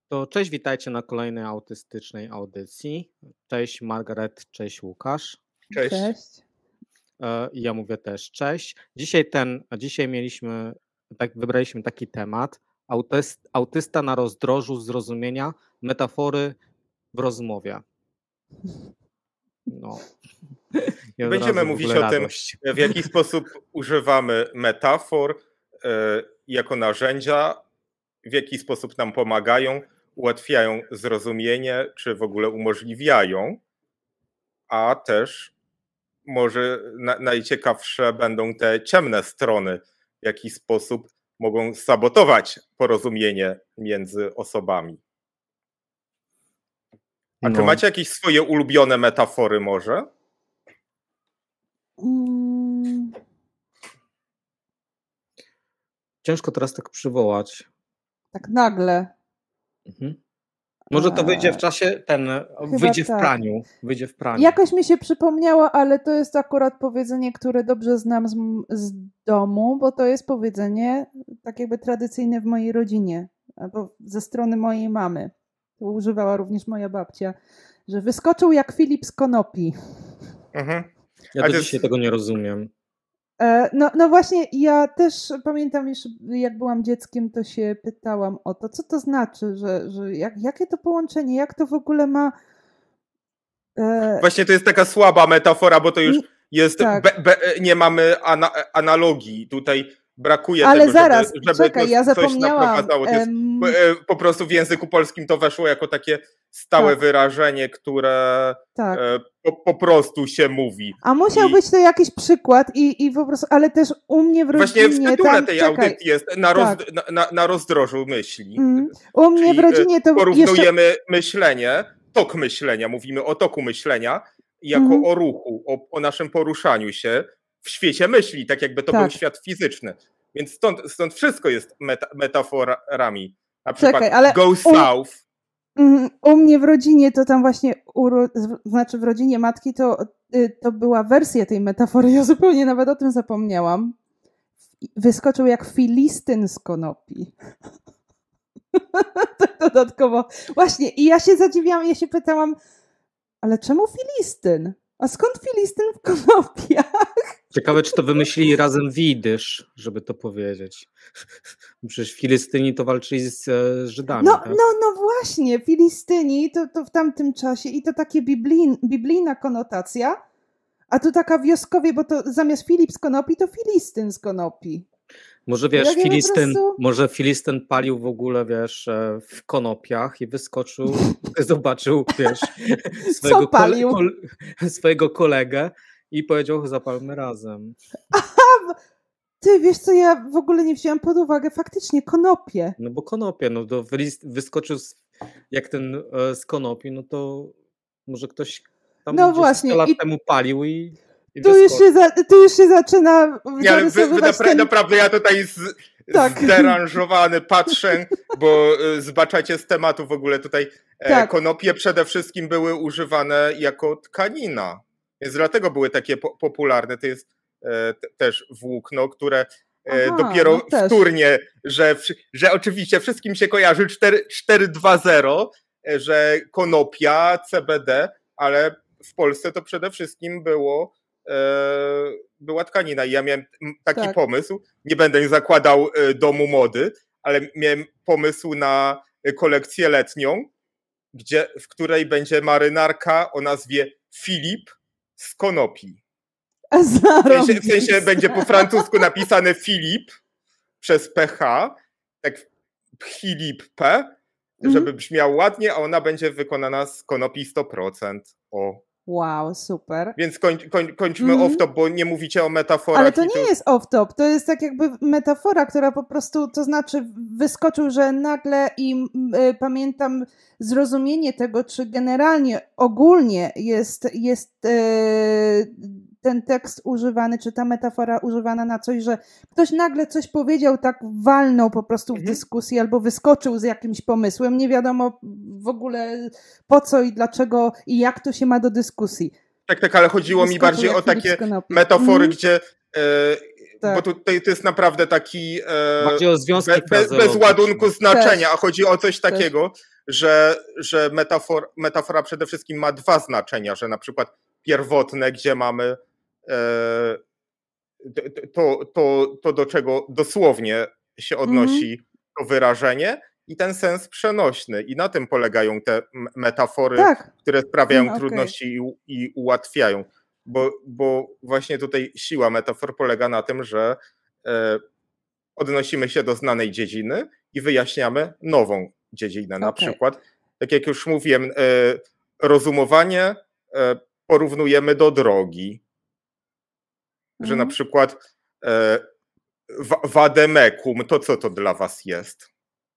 To cześć, witajcie na kolejnej autystycznej audycji. Cześć Margaret, cześć Łukasz. Cześć. Cześć. I ja mówię też cześć. Dzisiaj wybraliśmy taki temat. Autysta na rozdrożu zrozumienia, metafory w rozmowie. No. Będziemy mówić o tym, w jaki sposób używamy metafor jako narzędzia, w jaki sposób nam pomagają, ułatwiają zrozumienie, czy w ogóle umożliwiają, a też może najciekawsze będą te ciemne strony, w jaki sposób mogą sabotować porozumienie między osobami. A czy macie jakieś swoje ulubione metafory może? Ciężko teraz tak przywołać. Tak nagle. Może to wyjdzie w czasie, wyjdzie w praniu. Jakoś mi się przypomniało, ale to jest akurat powiedzenie, które dobrze znam z domu, bo to jest powiedzenie tak jakby tradycyjne w mojej rodzinie, albo ze strony mojej mamy. To używała również moja babcia, że wyskoczył jak Filip z konopi. Ja do dzisiaj tego nie rozumiem. No właśnie, ja też pamiętam jeszcze, jak byłam dzieckiem, to się pytałam o to, co to znaczy, jakie to połączenie, jak to w ogóle ma... Właśnie to jest taka słaba metafora, bo to już jest, tak. Nie mamy analogii, tutaj brakuje ale tego, zaraz, żeby czekaj, ja zapomniałam. To jest, po prostu w języku polskim to weszło jako takie stałe wyrażenie, które po prostu się mówi. A musiał być to jakiś przykład i po prostu, ale też u mnie w rodzinie... Właśnie w tytule tej audycji jest na rozdrożu myśli. U mnie w rodzinie to porównujemy myślenie, tok myślenia, mówimy o toku myślenia jako o ruchu, o naszym poruszaniu się w świecie myśli, tak jakby to był świat fizyczny. Więc stąd wszystko jest metaforami. Na przykład go south. U mnie w rodzinie to tam właśnie, znaczy w rodzinie matki to była wersja tej metafory, ja zupełnie nawet o tym zapomniałam. Wyskoczył jak Filistyn z konopi. Tak dodatkowo. Właśnie, i ja się zadziwiałam, ja się pytałam, ale czemu Filistyn? A skąd Filistyn w konopiach? Ciekawe, czy to wymyślili razem Widysz, żeby to powiedzieć. Przecież Filistyni to walczyli z Żydami. No właśnie, Filistyni to w tamtym czasie i to takie biblijna konotacja, a tu taka wioskowie, bo to zamiast Filip z konopi, to Filistyn z konopi. Może wiesz, może Filistyn palił w ogóle, wiesz, w konopiach i wyskoczył, zobaczył, wiesz, swojego kolegę i powiedział, zapalmy razem. Aha, ty wiesz co, ja w ogóle nie wzięłam pod uwagę, faktycznie konopie. No bo konopie, no to wyskoczył jak ten z konopi, no to może ktoś tam właśnie 100 lat temu palił i tu już się zaczyna naprawdę ja tutaj zderanżowany patrzę, bo zbaczacie z tematu w ogóle tutaj. Konopie przede wszystkim były używane jako tkanina, więc dlatego były takie popularne. To jest też włókno, które dopiero wtórnie, że oczywiście wszystkim się kojarzy 420, że konopia, CBD, ale w Polsce to przede wszystkim była tkanina i ja miałem taki pomysł, nie będę zakładał domu mody, ale miałem pomysł na kolekcję letnią, w której będzie marynarka o nazwie Filip z konopi. W sensie będzie po francusku napisane Filip przez PH, tak Philip P, żeby brzmiał ładnie, a ona będzie wykonana z konopi 100%. Wow, super. Więc kończmy off-top, bo nie mówicie o metaforach. Ale to nie jest off-top, to jest tak jakby metafora, która po prostu, to znaczy wyskoczył, że nagle i pamiętam zrozumienie tego, czy generalnie, ogólnie jest ten tekst używany, czy ta metafora używana na coś, że ktoś nagle coś powiedział, tak walnął po prostu w dyskusji albo wyskoczył z jakimś pomysłem, nie wiadomo w ogóle po co i dlaczego i jak to się ma do dyskusji. Tak, ale chodziło mi bardziej o takie metafory, gdzie bo tutaj to jest naprawdę taki bardziej o związki bez ładunku znaczenia, a chodzi o coś takiego, że metafora przede wszystkim ma dwa znaczenia, że na przykład pierwotne, gdzie mamy to do czego dosłownie się odnosi to wyrażenie, i ten sens przenośny. I na tym polegają te metafory, które sprawiają trudności i ułatwiają. Bo właśnie tutaj siła metafor polega na tym, że odnosimy się do znanej dziedziny i wyjaśniamy nową dziedzinę. Na przykład, tak jak już mówiłem, rozumowanie porównujemy do drogi. Że na przykład vademekum, to co to dla was jest?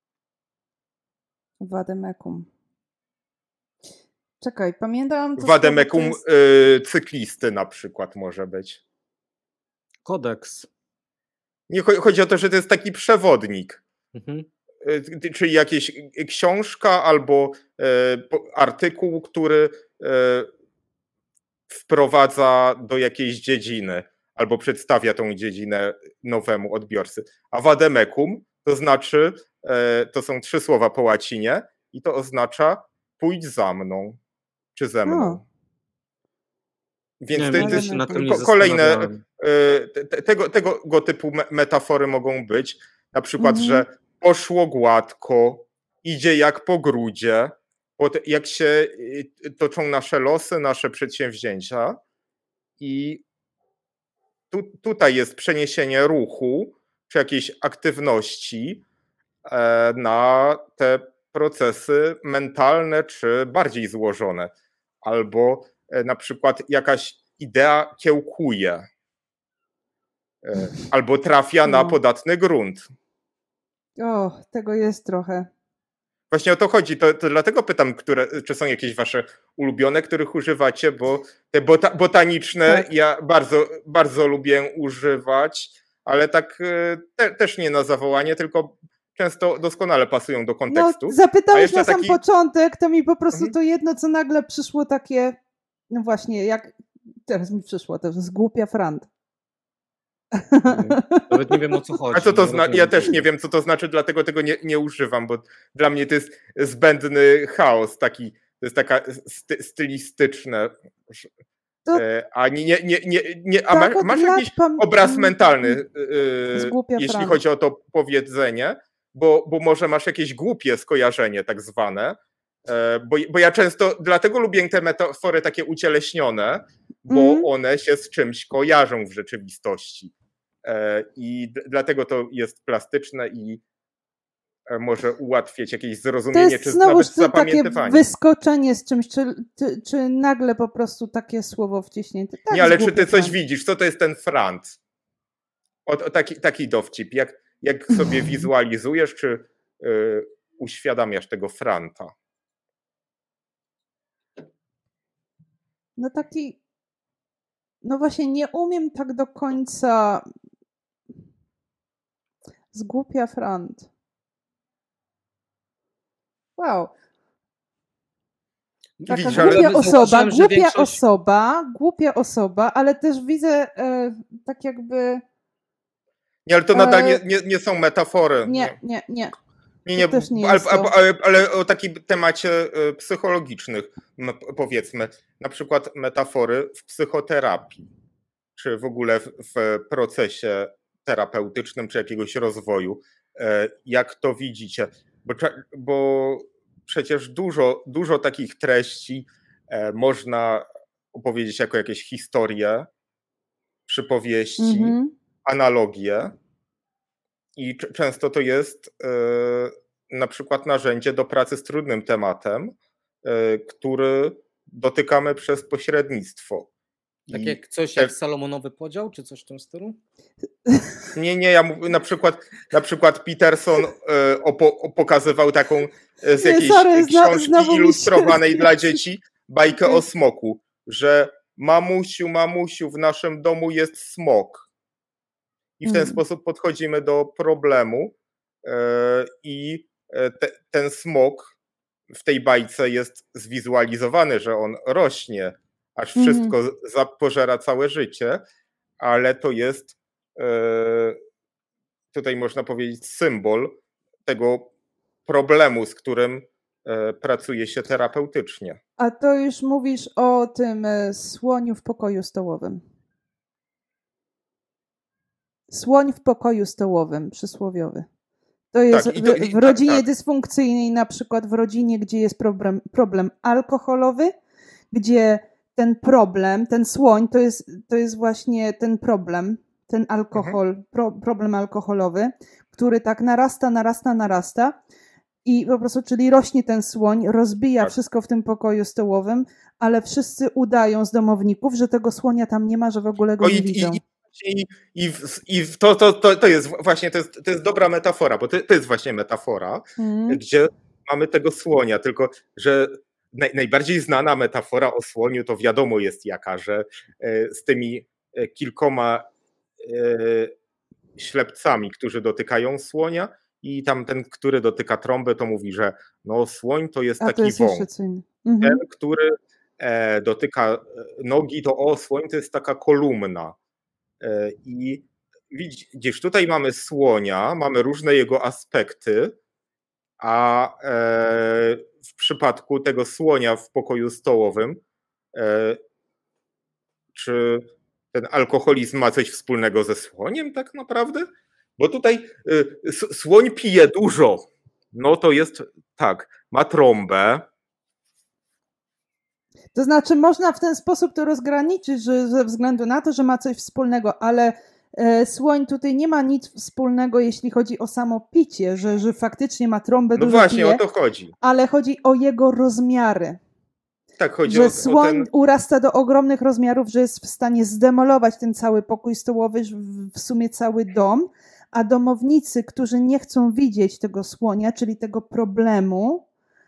Vademekum. Czekaj, pamiętam... Vademekum jest... cyklisty na przykład może być. Kodeks. Nie, chodzi o to, że to jest taki przewodnik. Czyli jakaś książka albo artykuł, który wprowadza do jakiejś dziedziny albo przedstawia tą dziedzinę nowemu odbiorcy. A vademekum to znaczy, to są 3 słowa po łacinie i to oznacza pójdź za mną, czy ze mną. Więc nie, to jest kolejne tego typu metafory mogą być. Na przykład, że poszło gładko, idzie jak po grudzie, jak się toczą nasze losy, nasze przedsięwzięcia i tutaj jest przeniesienie ruchu czy jakiejś aktywności na te procesy mentalne czy bardziej złożone. Albo na przykład jakaś idea kiełkuje albo trafia na podatny grunt. O, tego jest trochę. Właśnie o to chodzi. To dlatego pytam, czy są jakieś wasze ulubione, których używacie, bo te botaniczne ja bardzo lubię używać, ale tak też nie na zawołanie, tylko często doskonale pasują do kontekstu. No, zapytałeś na sam początek, to mi po prostu to jedno, co nagle przyszło takie, no właśnie, jak teraz mi przyszło, to jest głupia frant. Nawet nie wiem, o co chodzi. A co to znaczy? Ja też nie wiem, co to znaczy, dlatego tego nie używam, bo dla mnie to jest zbędny chaos, taki, to jest taka stylistyczne. A masz jakiś obraz mentalny, jeśli chodzi o to powiedzenie, bo może masz jakieś głupie skojarzenie tak zwane, bo ja często, dlatego lubię te metafory takie ucieleśnione, bo one się z czymś kojarzą w rzeczywistości. I dlatego to jest plastyczne i może ułatwiać jakieś zrozumienie, czy nawet zapamiętywanie. Takie wyskoczenie z czymś, czy nagle po prostu takie słowo wciśnięte. Tak, nie, ale czy ty coś widzisz? Co to jest ten frant? Taki dowcip. Jak sobie wizualizujesz, czy uświadamiasz tego franta? No taki, no właśnie nie umiem tak do końca. Zgłupia frant. Wow. Taka widzisz, głupia osoba, ale też widzę tak jakby... Nie, ale to nadal nie są metafory. Nie, ale o takim temacie psychologicznych, powiedzmy, na przykład metafory w psychoterapii, czy w ogóle w procesie terapeutycznym, czy jakiegoś rozwoju. Jak to widzicie? Bo przecież dużo takich treści można opowiedzieć jako jakieś historie, przypowieści, analogie. I często to jest na przykład narzędzie do pracy z trudnym tematem, który dotykamy przez pośrednictwo. Tak jak coś jak Salomonowy podział, czy coś w tym stylu? Nie, ja mówię, na przykład Peterson pokazywał taką z jakiejś książki ilustrowanej dla dzieci bajkę o smoku, że mamusiu, w naszym domu jest smok. I w ten sposób podchodzimy do problemu i ten smok w tej bajce jest zwizualizowany, że on rośnie, aż wszystko pożera całe życie, ale to jest tutaj można powiedzieć symbol tego problemu, z którym pracuje się terapeutycznie. A to już mówisz o tym słoniu w pokoju stołowym. Słoń w pokoju stołowym, przysłowiowy. To jest w rodzinie dysfunkcyjnej, na przykład w rodzinie, gdzie jest problem alkoholowy, gdzie ten problem, ten słoń, to jest właśnie ten problem, ten alkohol, problem alkoholowy, który tak narasta i po prostu, czyli rośnie ten słoń, rozbija wszystko w tym pokoju stołowym, ale wszyscy udają z domowników, że tego słonia tam nie ma, że w ogóle go nie widzą. To jest właśnie, to jest dobra metafora, bo to jest właśnie metafora, gdzie mamy tego słonia, tylko że najbardziej znana metafora o słoniu to wiadomo jest jaka, że z tymi kilkoma ślepcami, którzy dotykają słonia i tamten, który dotyka trąby, to mówi, że no słoń to jest taki wąż. Ten, który dotyka nogi, to słoń to jest taka kolumna. I widzisz, tutaj mamy słonia, mamy różne jego aspekty, a w przypadku tego słonia w pokoju stołowym, czy ten alkoholizm ma coś wspólnego ze słoniem tak naprawdę? Bo tutaj słoń pije dużo, no to jest tak, ma trąbę. To znaczy można w ten sposób to rozgraniczyć, że ze względu na to, że ma coś wspólnego, ale słoń tutaj nie ma nic wspólnego, jeśli chodzi o samo picie, że faktycznie ma trąbę, no dużo właśnie, pije, o to chodzi. Ale chodzi o jego rozmiary. Tak, chodzi że słoń urasta do ogromnych rozmiarów, że jest w stanie zdemolować ten cały pokój stołowy, w sumie cały dom, a domownicy, którzy nie chcą widzieć tego słonia, czyli tego problemu,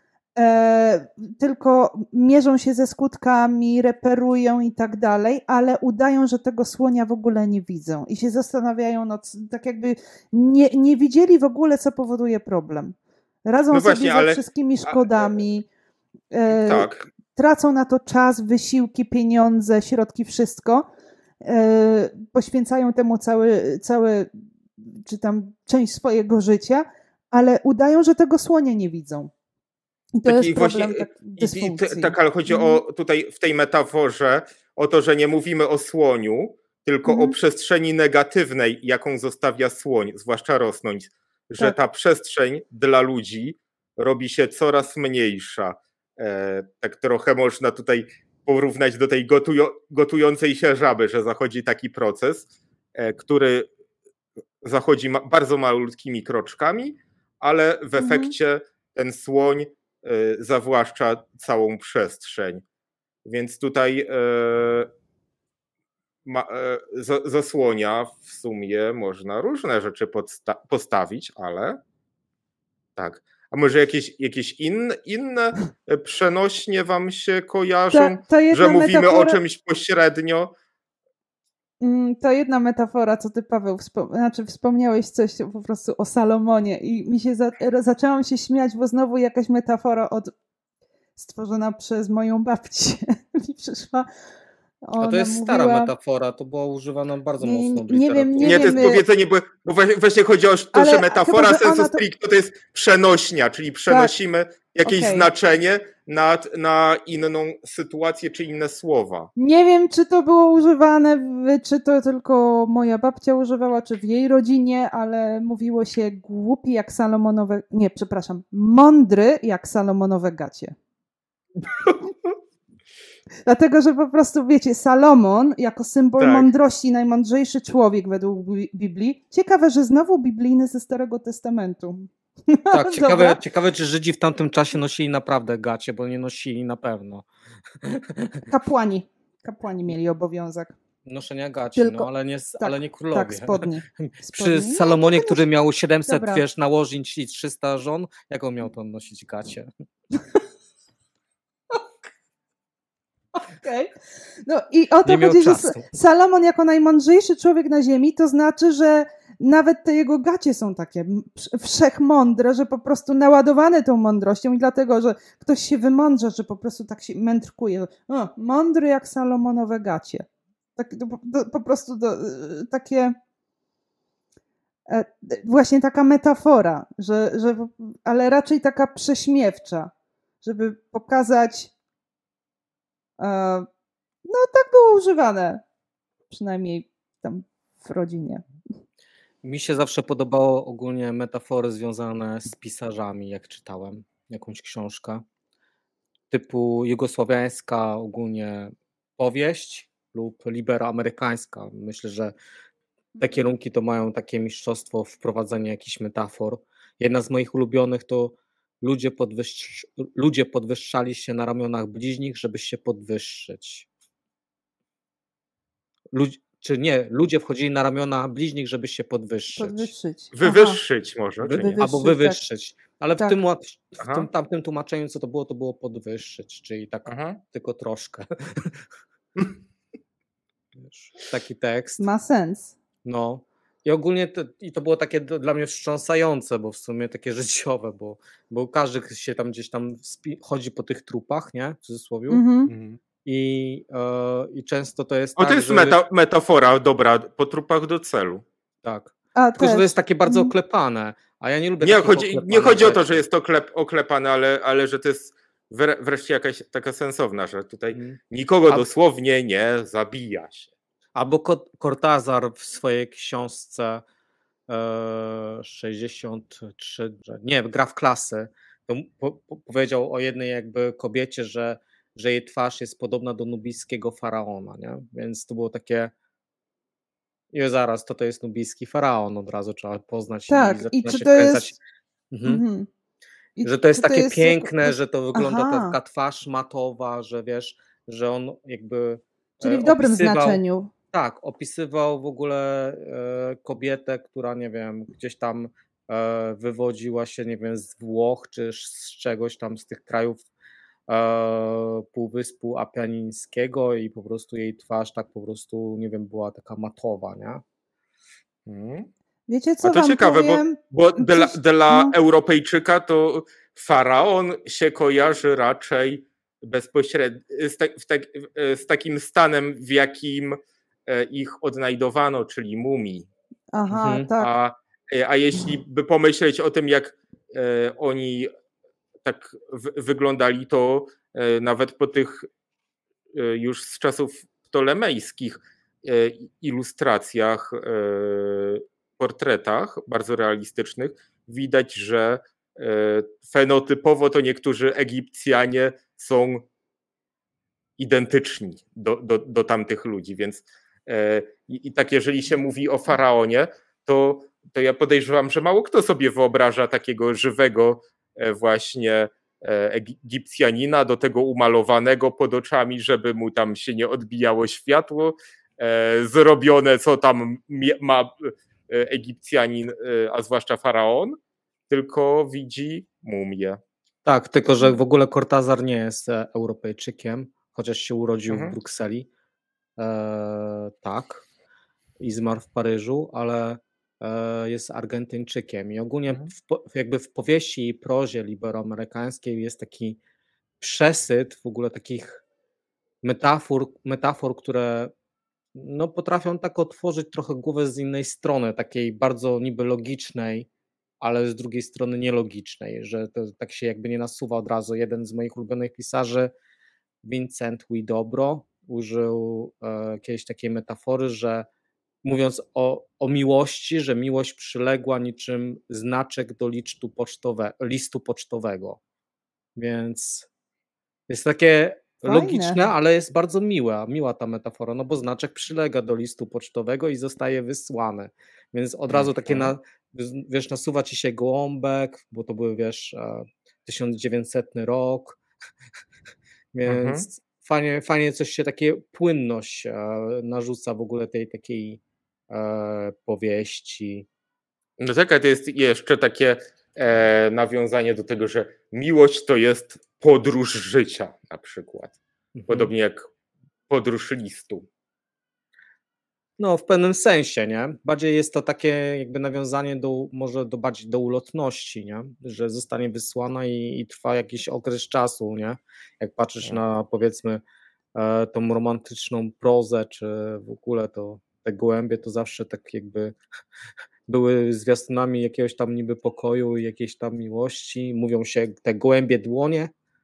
tylko mierzą się ze skutkami, reperują i tak dalej, ale udają, że tego słonia w ogóle nie widzą i się zastanawiają, no, tak jakby nie widzieli w ogóle, co powoduje problem. Radzą sobie ze wszystkimi szkodami, tak. Tracą na to czas, wysiłki, pieniądze, środki, wszystko, poświęcają temu całe czy tam część swojego życia, ale udają, że tego słonia nie widzą. I to jest problem dysfunkcji. Tak, ale chodzi o tutaj w tej metaforze o to, że nie mówimy o słoniu, tylko o przestrzeni negatywnej, jaką zostawia słoń, zwłaszcza rosnąć, że ta przestrzeń dla ludzi robi się coraz mniejsza. Tak trochę można tutaj porównać do tej gotującej się żaby, że zachodzi taki proces, który zachodzi bardzo malutkimi kroczkami, ale w efekcie ten słoń zawłaszcza całą przestrzeń. Więc tutaj za słonia w sumie można różne rzeczy postawić, ale tak. A może jakieś inne przenośnie wam się kojarzą, że mówimy o czymś pośrednio? To jedna metafora, co ty, Paweł, wspomniałeś coś po prostu o Salomonie i mi się zaczęłam się śmiać, bo znowu jakaś metafora stworzona przez moją babcię mi przyszła. A to jest stara metafora, to była używana bardzo mocno w literaturze. Nie, to jest powiedzenie, bo właśnie chodzi o to, że metafora sensu stricto to jest przenośnia, czyli przenosimy jakieś znaczenie na inną sytuację czy inne słowa. Nie wiem, czy to było używane, czy to tylko moja babcia używała, czy w jej rodzinie, ale mówiło się głupi jak Salomonowe, mądry jak Salomonowe gacie. Dlatego, że po prostu, wiecie, Salomon jako symbol mądrości, najmądrzejszy człowiek według Biblii. Ciekawe, że znowu biblijny ze Starego Testamentu. Tak, ciekawe, czy Żydzi w tamtym czasie nosili naprawdę gacie, bo nie nosili na pewno. Kapłani mieli obowiązek noszenia gaci, ale nie królowie. Tak, spodni. Przy Salomonie, który miał 700 nałożnic i 300 żon, jak on miał to nosić gacie? Okay. No i o to chodzi, że Salomon jako najmądrzejszy człowiek na ziemi, to znaczy, że nawet te jego gacie są takie wszechmądre, że po prostu naładowane tą mądrością i dlatego, że ktoś się wymądrza, że po prostu tak się mędrkuje. Mądry jak Salomonowe gacie. Tak, po prostu takie właśnie taka metafora, ale raczej taka prześmiewcza. żeby pokazać, no tak było używane, przynajmniej tam w rodzinie. Mi się zawsze podobało ogólnie metafory związane z pisarzami, jak czytałem jakąś książkę, typu jugosłowiańska ogólnie powieść lub libero-amerykańska. Myślę, że te kierunki to mają takie mistrzostwo w wprowadzeniu jakichś metafor. Jedna z moich ulubionych to ludzie podwyższali się na ramionach bliźnich, żeby się podwyższyć. Ludzie wchodzili na ramiona bliźnich, żeby się podwyższyć. Wywyższyć może, albo wywyższyć. Tak. Ale tak. w tym tamtym tłumaczeniu, co to było podwyższyć, czyli tak tylko troszkę. Taki tekst. Ma sens. No. I ogólnie to było takie dla mnie wstrząsające, bo w sumie takie życiowe, bo każdy się tam gdzieś tam chodzi po tych trupach, nie? W cudzysłowie. I często to jest tak, to jest metafora dobra, po trupach do celu. Tak. Tylko, że to jest takie bardzo oklepane, a ja nie lubię nie chodzi o to, że jest to oklepane, ale że to jest wreszcie jakaś taka sensowna, że tutaj nikogo dosłownie nie zabija się. Albo Cortázar w swojej książce 63, Gra w klasy, to powiedział o jednej jakby kobiecie, że jej twarz jest podobna do nubijskiego faraona, nie? Więc to było takie i zaraz, to jest nubijski faraon, od razu trzeba poznać tak, i zaczyna się to wkręcać. Jest... Że to jest takie piękne, że to wygląda taka twarz matowa, że wiesz, że on jakby czyli w dobrym znaczeniu. Tak, opisywał w ogóle kobietę, która, nie wiem, gdzieś tam wywodziła się, nie wiem, z Włoch, czy z czegoś tam, z tych krajów Półwyspu Apianińskiego i po prostu jej twarz tak po prostu, nie wiem, była taka matowa, nie? Wiecie co, a to wam ciekawe, powiem? bo dla Europejczyka to faraon się kojarzy raczej bezpośrednio z takim stanem, w jakim ich odnajdowano, czyli mumii. Tak. A jeśli by pomyśleć o tym, jak oni tak wyglądali, to nawet po tych już z czasów ptolemejskich ilustracjach, portretach bardzo realistycznych widać, że fenotypowo to niektórzy Egipcjanie są identyczni do tamtych ludzi, więc i tak jeżeli się mówi o faraonie, to ja podejrzewam, że mało kto sobie wyobraża takiego żywego właśnie Egipcjanina, do tego umalowanego pod oczami, żeby mu tam się nie odbijało światło, zrobione co tam ma Egipcjanin, a zwłaszcza faraon, tylko widzi mumię. Tak, tylko że w ogóle Cortázar nie jest Europejczykiem, chociaż się urodził w Brukseli. Tak. I zmarł w Paryżu, ale jest Argentyńczykiem. I ogólnie jakby w powieści i prozie liberoamerykańskiej jest taki przesyt w ogóle takich metafor, które no, potrafią tak otworzyć trochę głowę z innej strony, takiej bardzo niby logicznej, ale z drugiej strony nielogicznej, że to tak się jakby nie nasuwa od razu. Jeden z moich ulubionych pisarzy, Vincent Huidobro, użył kiedyś takiej metafory, że mówiąc o miłości, że miłość przyległa niczym znaczek do listu pocztowego. Więc jest takie fajne, logiczne, ale jest bardzo miła ta metafora, no bo znaczek przylega do listu pocztowego i zostaje wysłany. Więc od razu takie nasuwa ci się gołąbek, bo to były, 1900 rok, więc fajnie coś się, takie płynność narzuca w ogóle tej takiej powieści. No tak, a to jest jeszcze takie nawiązanie do tego, że miłość to jest podróż życia na przykład. Podobnie jak podróż listu. No w pewnym sensie, nie? Bardziej jest to takie jakby nawiązanie bardziej do ulotności, nie? Że zostanie wysłana i trwa jakiś okres czasu, nie? Jak patrzysz na, powiedzmy, tą romantyczną prozę, czy w ogóle to te gołębie to zawsze tak jakby były zwiastunami jakiegoś tam niby pokoju i jakiejś tam miłości. Mówią się te gołębie dłonie,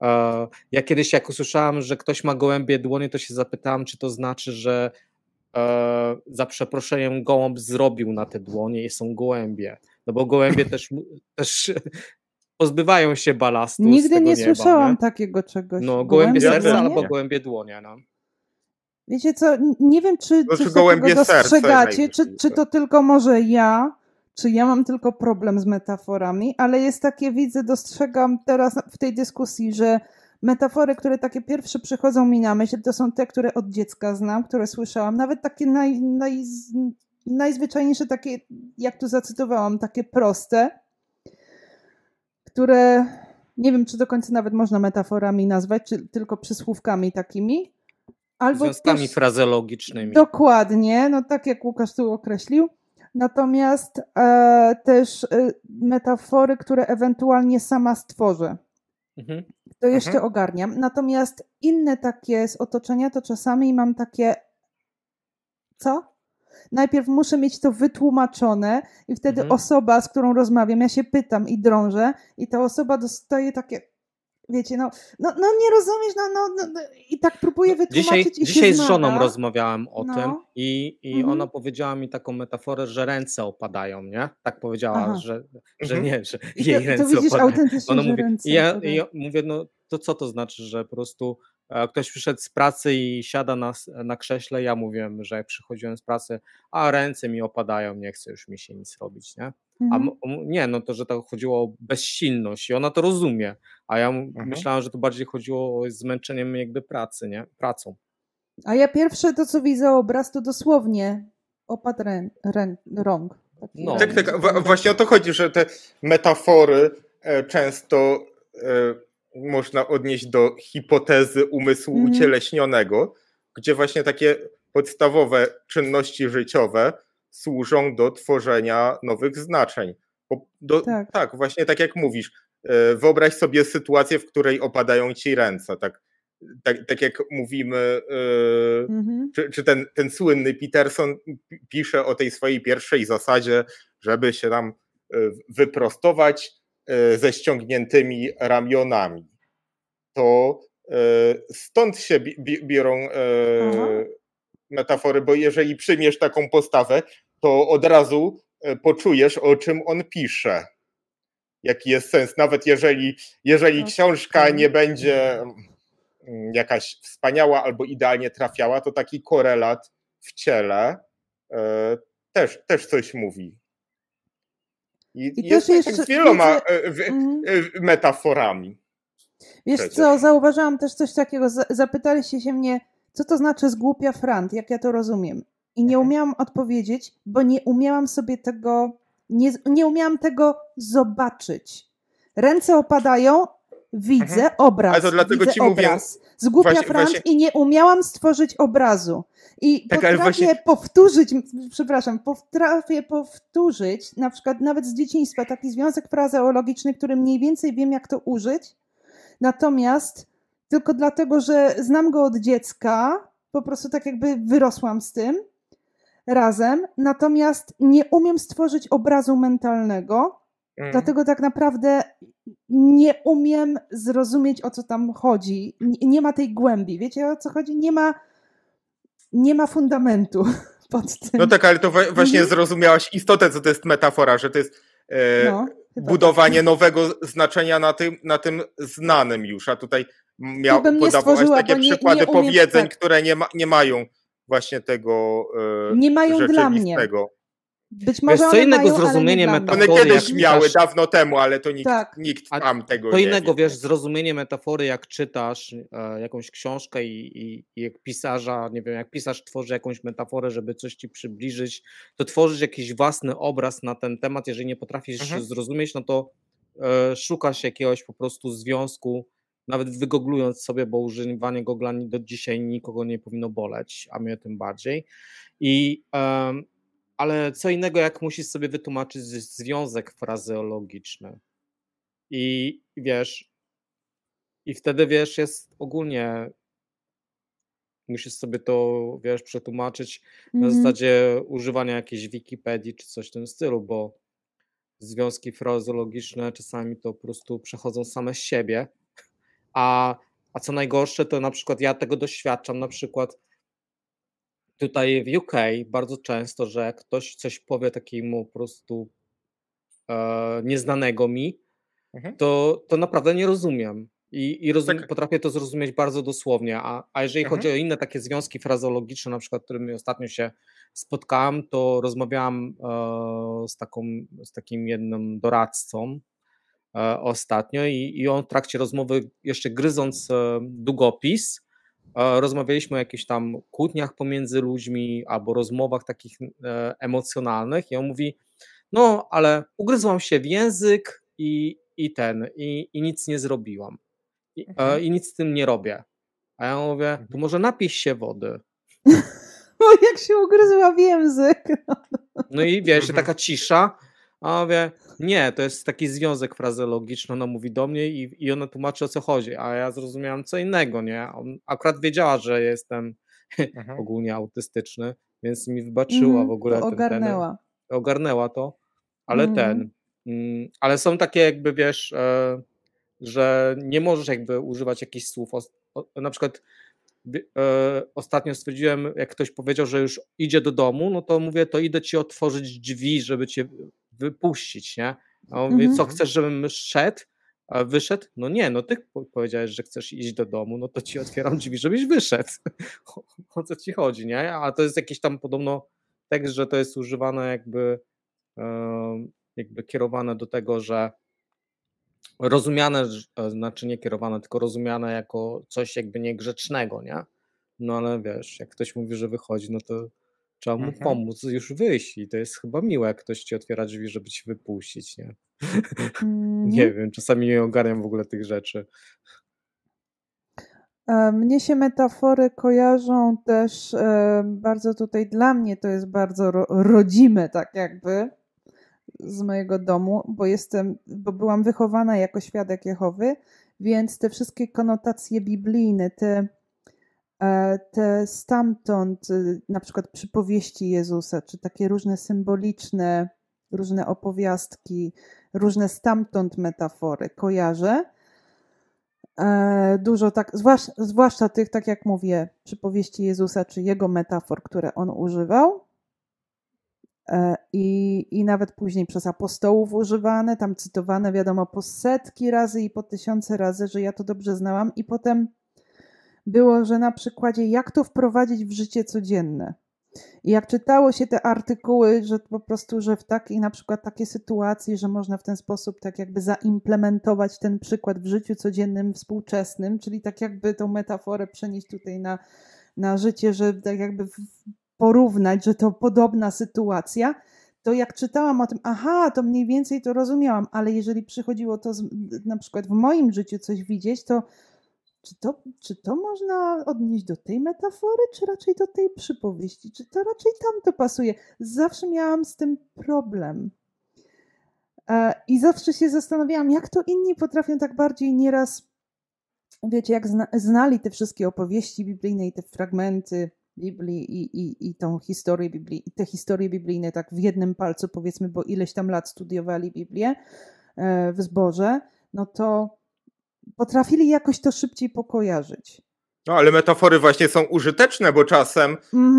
Ja kiedyś jak usłyszałem, że ktoś ma gołębie dłonie, to się zapytałem, czy to znaczy, że za przeproszeniem gołąb zrobił na te dłonie i są gołębie. No bo gołębie też pozbywają się balastu z Nigdy tego nie nieba, słyszałam nie? takiego czegoś. No gołębie serca dłonie? albo gołębie dłonie. No. Wiecie co, nie wiem, czy coś takiego gołębie serce dostrzegacie, czy najwyżej. to tylko może ja, czy ja mam tylko problem z metaforami, ale jest takie, dostrzegam teraz w tej dyskusji, że metafory, które takie pierwsze przychodzą mi na myśl, to są te, które od dziecka znam, które słyszałam, nawet takie najzwyczajniejsze, takie, jak tu zacytowałam, takie proste, które nie wiem, czy do końca nawet można metaforami nazwać, czy tylko przysłówkami takimi. Albo związkami też, frazeologicznymi. Dokładnie, no tak jak Łukasz tu określił. Natomiast też metafory, które ewentualnie sama stworzę. To jeszcze ogarniam. Natomiast inne takie z otoczenia, to czasami mam takie co? Najpierw muszę mieć to wytłumaczone i wtedy osoba, z którą rozmawiam, ja się pytam i drążę i ta osoba dostaje takie, wiecie, no nie rozumiesz, i tak próbuję wytłumaczyć i Dzisiaj się z żoną zmaga. rozmawiałam o tym i ona powiedziała mi taką metaforę, że ręce opadają, nie? Tak powiedziała, że nie, że jej ręce to widzisz opadają. autentycznie, Ona że mówi, ręce ja opadają. mówię, no to co to znaczy, że po prostu ktoś przyszedł z pracy i siada na krześle, ja mówiłem, że jak przychodziłem z pracy, a ręce mi opadają, nie chce już mi się nic robić, nie? A nie, no to, że to chodziło o bezsilność i ona to rozumie, a ja myślałem, że to bardziej chodziło o zmęczeniem jakby pracy, nie? Pracą. A ja pierwsze to, co widzę obraz, to dosłownie opad rąk. No. Tak, właśnie o to chodzi, że te metafory często można odnieść do hipotezy umysłu ucieleśnionego, gdzie właśnie takie podstawowe czynności życiowe służą do tworzenia nowych znaczeń. Tak, właśnie tak jak mówisz, wyobraź sobie sytuację, w której opadają ci ręce, tak jak mówimy, czy ten słynny Peterson pisze o tej swojej pierwszej zasadzie, żeby się tam wyprostować ze ściągniętymi ramionami. To stąd się biorą metafory, bo jeżeli przyjmiesz taką postawę, to od razu poczujesz, o czym on pisze. Jaki jest sens, nawet jeżeli książka nie będzie jakaś wspaniała albo idealnie trafiała, to taki korelat w ciele też coś mówi. I jest też tak z wieloma metaforami. Wiesz przecież. Co, zauważyłam też coś takiego, zapytaliście się mnie, co to znaczy zgłupia frant, jak ja to rozumiem. I nie umiałam odpowiedzieć, bo nie umiałam sobie tego, nie umiałam tego zobaczyć. Ręce opadają, widzę obraz. Ale to dlatego widzę ci obraz. Zgłupia frant i nie umiałam stworzyć obrazu. I tak, potrafię powtórzyć, na przykład nawet z dzieciństwa, taki związek frazeologiczny, który mniej więcej wiem, jak to użyć. Natomiast tylko dlatego, że znam go od dziecka, po prostu tak jakby wyrosłam z tym razem, natomiast nie umiem stworzyć obrazu mentalnego, dlatego tak naprawdę nie umiem zrozumieć, o co tam chodzi. Nie ma tej głębi. Wiecie, o co chodzi? Nie ma fundamentu pod tym. No tak, ale to właśnie zrozumiałaś istotę, co to jest metafora, że to jest budowanie nowego znaczenia na tym znanym już, a tutaj podawałaś takie przykłady powiedzeń, które nie mają właśnie tego nie mają rzeczywistego. Dla mnie. Być może co innego zrozumienie metafory. One kiedyś miały dawno temu, ale to nikt tam tego to nie innego, wie. Wiesz, zrozumienie metafory, jak czytasz jakąś książkę i jak pisarza, nie wiem, jak pisarz tworzy jakąś metaforę, żeby coś ci przybliżyć, to tworzysz jakiś własny obraz na ten temat. Jeżeli nie potrafisz zrozumieć, no to szukasz jakiegoś po prostu związku, nawet wygooglując sobie, bo używanie Googla do dzisiaj nikogo nie powinno boleć, a mnie tym bardziej. Ale co innego, jak musisz sobie wytłumaczyć związek frazeologiczny. I wiesz, i wtedy wiesz, jest ogólnie, musisz sobie to, wiesz, przetłumaczyć na zasadzie używania jakiejś Wikipedii czy coś w tym stylu, bo związki frazeologiczne czasami to po prostu przechodzą same z siebie, A co najgorsze, to na przykład ja tego doświadczam na przykład tutaj w UK bardzo często, że jak ktoś coś powie takiemu po prostu nieznanego mi, to naprawdę nie rozumiem. Potrafię to zrozumieć bardzo dosłownie, a jeżeli chodzi o inne takie związki frazeologiczne, na przykład, którymi ostatnio się spotkałem, to rozmawiałam z takim jednym doradcą ostatnio i on w trakcie rozmowy, jeszcze gryząc długopis, rozmawialiśmy o jakichś tam kłótniach pomiędzy ludźmi albo rozmowach takich emocjonalnych i on mówi, no ale ugryzłam się w język i nic nie zrobiłam. I nic z tym nie robię. A ja mówię, to może napij się wody. Bo jak się ugryzła w język. No i wiesz, taka cisza, a mówię, nie, to jest taki związek frazeologiczny, ona mówi do mnie i ona tłumaczy, o co chodzi, a ja zrozumiałam co innego, nie? On akurat wiedziała, że jestem ogólnie autystyczny, więc mi wybaczyła w ogóle. Ogarnęła to, ale ale są takie jakby, wiesz, że nie możesz jakby używać jakichś słów. Na przykład ostatnio stwierdziłem, jak ktoś powiedział, że już idzie do domu, no to mówię, to idę ci otworzyć drzwi, żeby cię wypuścić, nie? A on mówi, co chcesz, żebym wyszedł? No nie, no ty powiedziałeś, że chcesz iść do domu, no to ci otwieram drzwi, żebyś wyszedł. O co ci chodzi, nie? A to jest jakiś tam podobno tekst, że to jest używane jakby kierowane do tego, że rozumiane, znaczy nie kierowane, tylko rozumiane jako coś jakby niegrzecznego, nie? No ale wiesz, jak ktoś mówi, że wychodzi, no to trzeba mu pomóc już wyjść i to jest chyba miłe, jak ktoś ci otwiera drzwi, żeby ci wypuścić, nie? Nie wiem, czasami nie ogarniam w ogóle tych rzeczy. Mnie się metafory kojarzą też bardzo tutaj, dla mnie to jest bardzo rodzime, tak jakby, z mojego domu, bo byłam wychowana jako świadek Jehowy, więc te wszystkie konotacje biblijne, te stamtąd, na przykład przypowieści Jezusa, czy takie różne symboliczne, różne opowiastki, różne stamtąd metafory kojarzę. Dużo tak, zwłaszcza tych, tak jak mówię, przypowieści Jezusa, czy jego metafor, które on używał. I nawet później przez apostołów używane, tam cytowane wiadomo po setki razy i po tysiące razy, że ja to dobrze znałam i potem było, że na przykładzie jak to wprowadzić w życie codzienne. I jak czytało się te artykuły, że po prostu, że w takiej na przykład takiej sytuacji, że można w ten sposób tak jakby zaimplementować ten przykład w życiu codziennym, współczesnym, czyli tak jakby tą metaforę przenieść tutaj na życie, że tak jakby porównać, że to podobna sytuacja, to jak czytałam o tym, to mniej więcej to rozumiałam, ale jeżeli przychodziło to na przykład w moim życiu coś widzieć, to czy to można odnieść do tej metafory, czy raczej do tej przypowieści, czy to raczej tam to pasuje? Zawsze miałam z tym problem. I zawsze się zastanawiałam, jak to inni potrafią tak bardziej nieraz, wiecie, jak znali te wszystkie opowieści biblijne i te fragmenty Biblii i tą historię Biblii, i te historie biblijne tak w jednym palcu, powiedzmy, bo ileś tam lat studiowali Biblię w zborze, no to potrafili jakoś to szybciej pokojarzyć. No ale metafory właśnie są użyteczne, bo czasem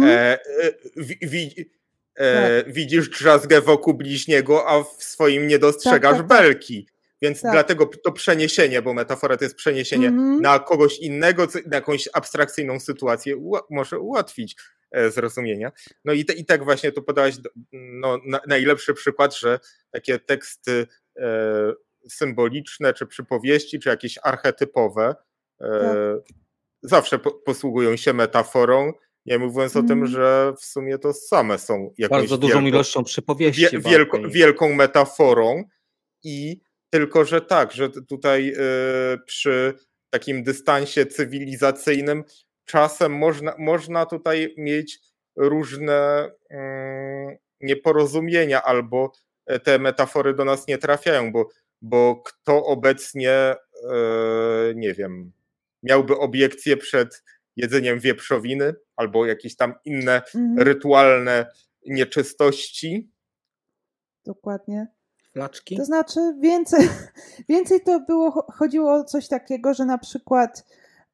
widzisz drzazgę wokół bliźniego, a w swoim nie dostrzegasz belki. Więc dlatego to przeniesienie, bo metafora to jest przeniesienie na kogoś innego, na jakąś abstrakcyjną sytuację może ułatwić zrozumienie. No i tak właśnie tu podałeś najlepszy przykład, że takie teksty symboliczne, czy przypowieści, czy jakieś archetypowe zawsze posługują się metaforą, nie mówiąc o tym, że w sumie to same są jakąś bardzo dużą ilością przypowieści. Wielką metaforą i tylko, że że tutaj przy takim dystansie cywilizacyjnym czasem można tutaj mieć różne nieporozumienia albo te metafory do nas nie trafiają, bo kto obecnie, nie wiem, miałby obiekcje przed jedzeniem wieprzowiny albo jakieś tam inne rytualne nieczystości. Dokładnie. Flaczki? To znaczy więcej to chodziło o coś takiego, że na przykład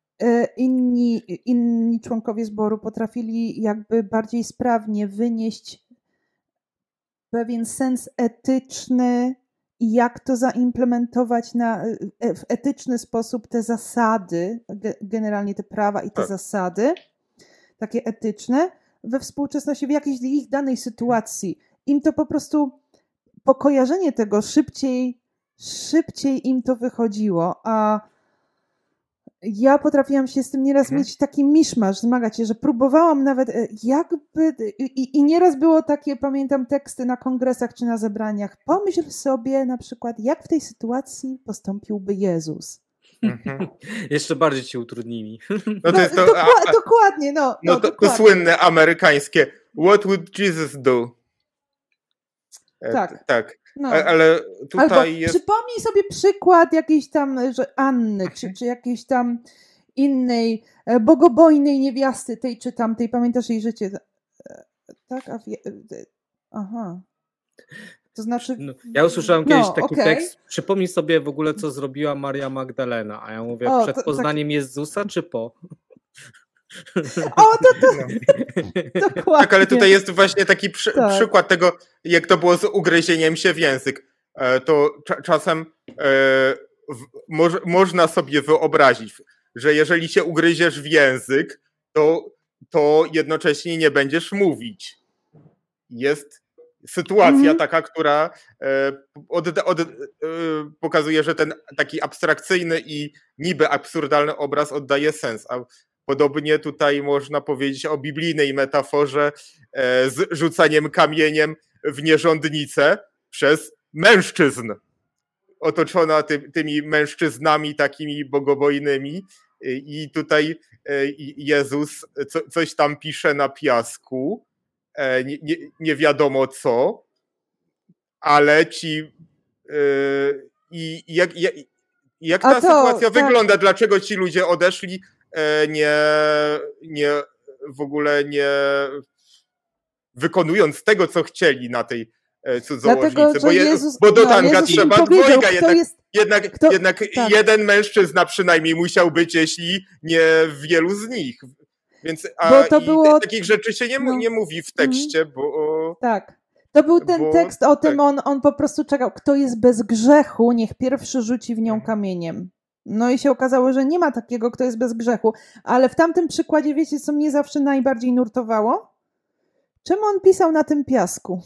inni członkowie zboru potrafili jakby bardziej sprawnie wynieść pewien sens etyczny i jak to zaimplementować w etyczny sposób te zasady, generalnie te prawa i te zasady, takie etyczne, we współczesności, w jakiejś ich danej sytuacji. Im to po prostu pokojarzenie tego szybciej im to wychodziło, a ja potrafiłam się z tym nieraz mieć taki miszmasz, zmagać się, że próbowałam nawet jakby i nieraz było takie, pamiętam teksty na kongresach czy na zebraniach, pomyśl sobie na przykład, jak w tej sytuacji postąpiłby Jezus. Jeszcze bardziej ci utrudnili. No to jest to, dokładnie. To słynne amerykańskie What would Jesus do? Tak. No. Ale tutaj albo jest... Przypomnij sobie przykład jakiejś tam, że Anny, czy jakiejś tam innej bogobojnej niewiasty, tej czy tamtej, pamiętasz jej życie? Tak? Aha. To znaczy... No, ja usłyszałem kiedyś taki tekst, przypomnij sobie w ogóle, co zrobiła Maria Magdalena, a ja mówię, przed poznaniem Jezusa, czy po? Dokładnie. Tak, ale tutaj jest właśnie taki przykład tego, jak to było z ugryzieniem się w język. To czasem można sobie wyobrazić, że jeżeli się ugryziesz w język, to jednocześnie nie będziesz mówić. Jest sytuacja taka, która pokazuje, że ten taki abstrakcyjny i niby absurdalny obraz oddaje sens. A podobnie tutaj można powiedzieć o biblijnej metaforze z rzucaniem kamieniem w nierządnicę przez mężczyzn. Otoczona tymi mężczyznami takimi bogobojnymi i tutaj Jezus coś tam pisze na piasku, nie wiadomo co, ale jak ta sytuacja wygląda, dlaczego ci ludzie odeszli, w ogóle nie wykonując tego, co chcieli na tej cudzołożnicy, bo do tanga trzeba dwojga, jednak jeden mężczyzna przynajmniej musiał być, jeśli nie wielu z nich. Więc takich rzeczy się nie mówi w tekście, bo... Tak. To był ten tekst o tym, on po prostu czekał, kto jest bez grzechu, niech pierwszy rzuci w nią kamieniem. No i się okazało, że nie ma takiego, kto jest bez grzechu. Ale w tamtym przykładzie, wiecie, co mnie zawsze najbardziej nurtowało? Czemu on pisał na tym piasku?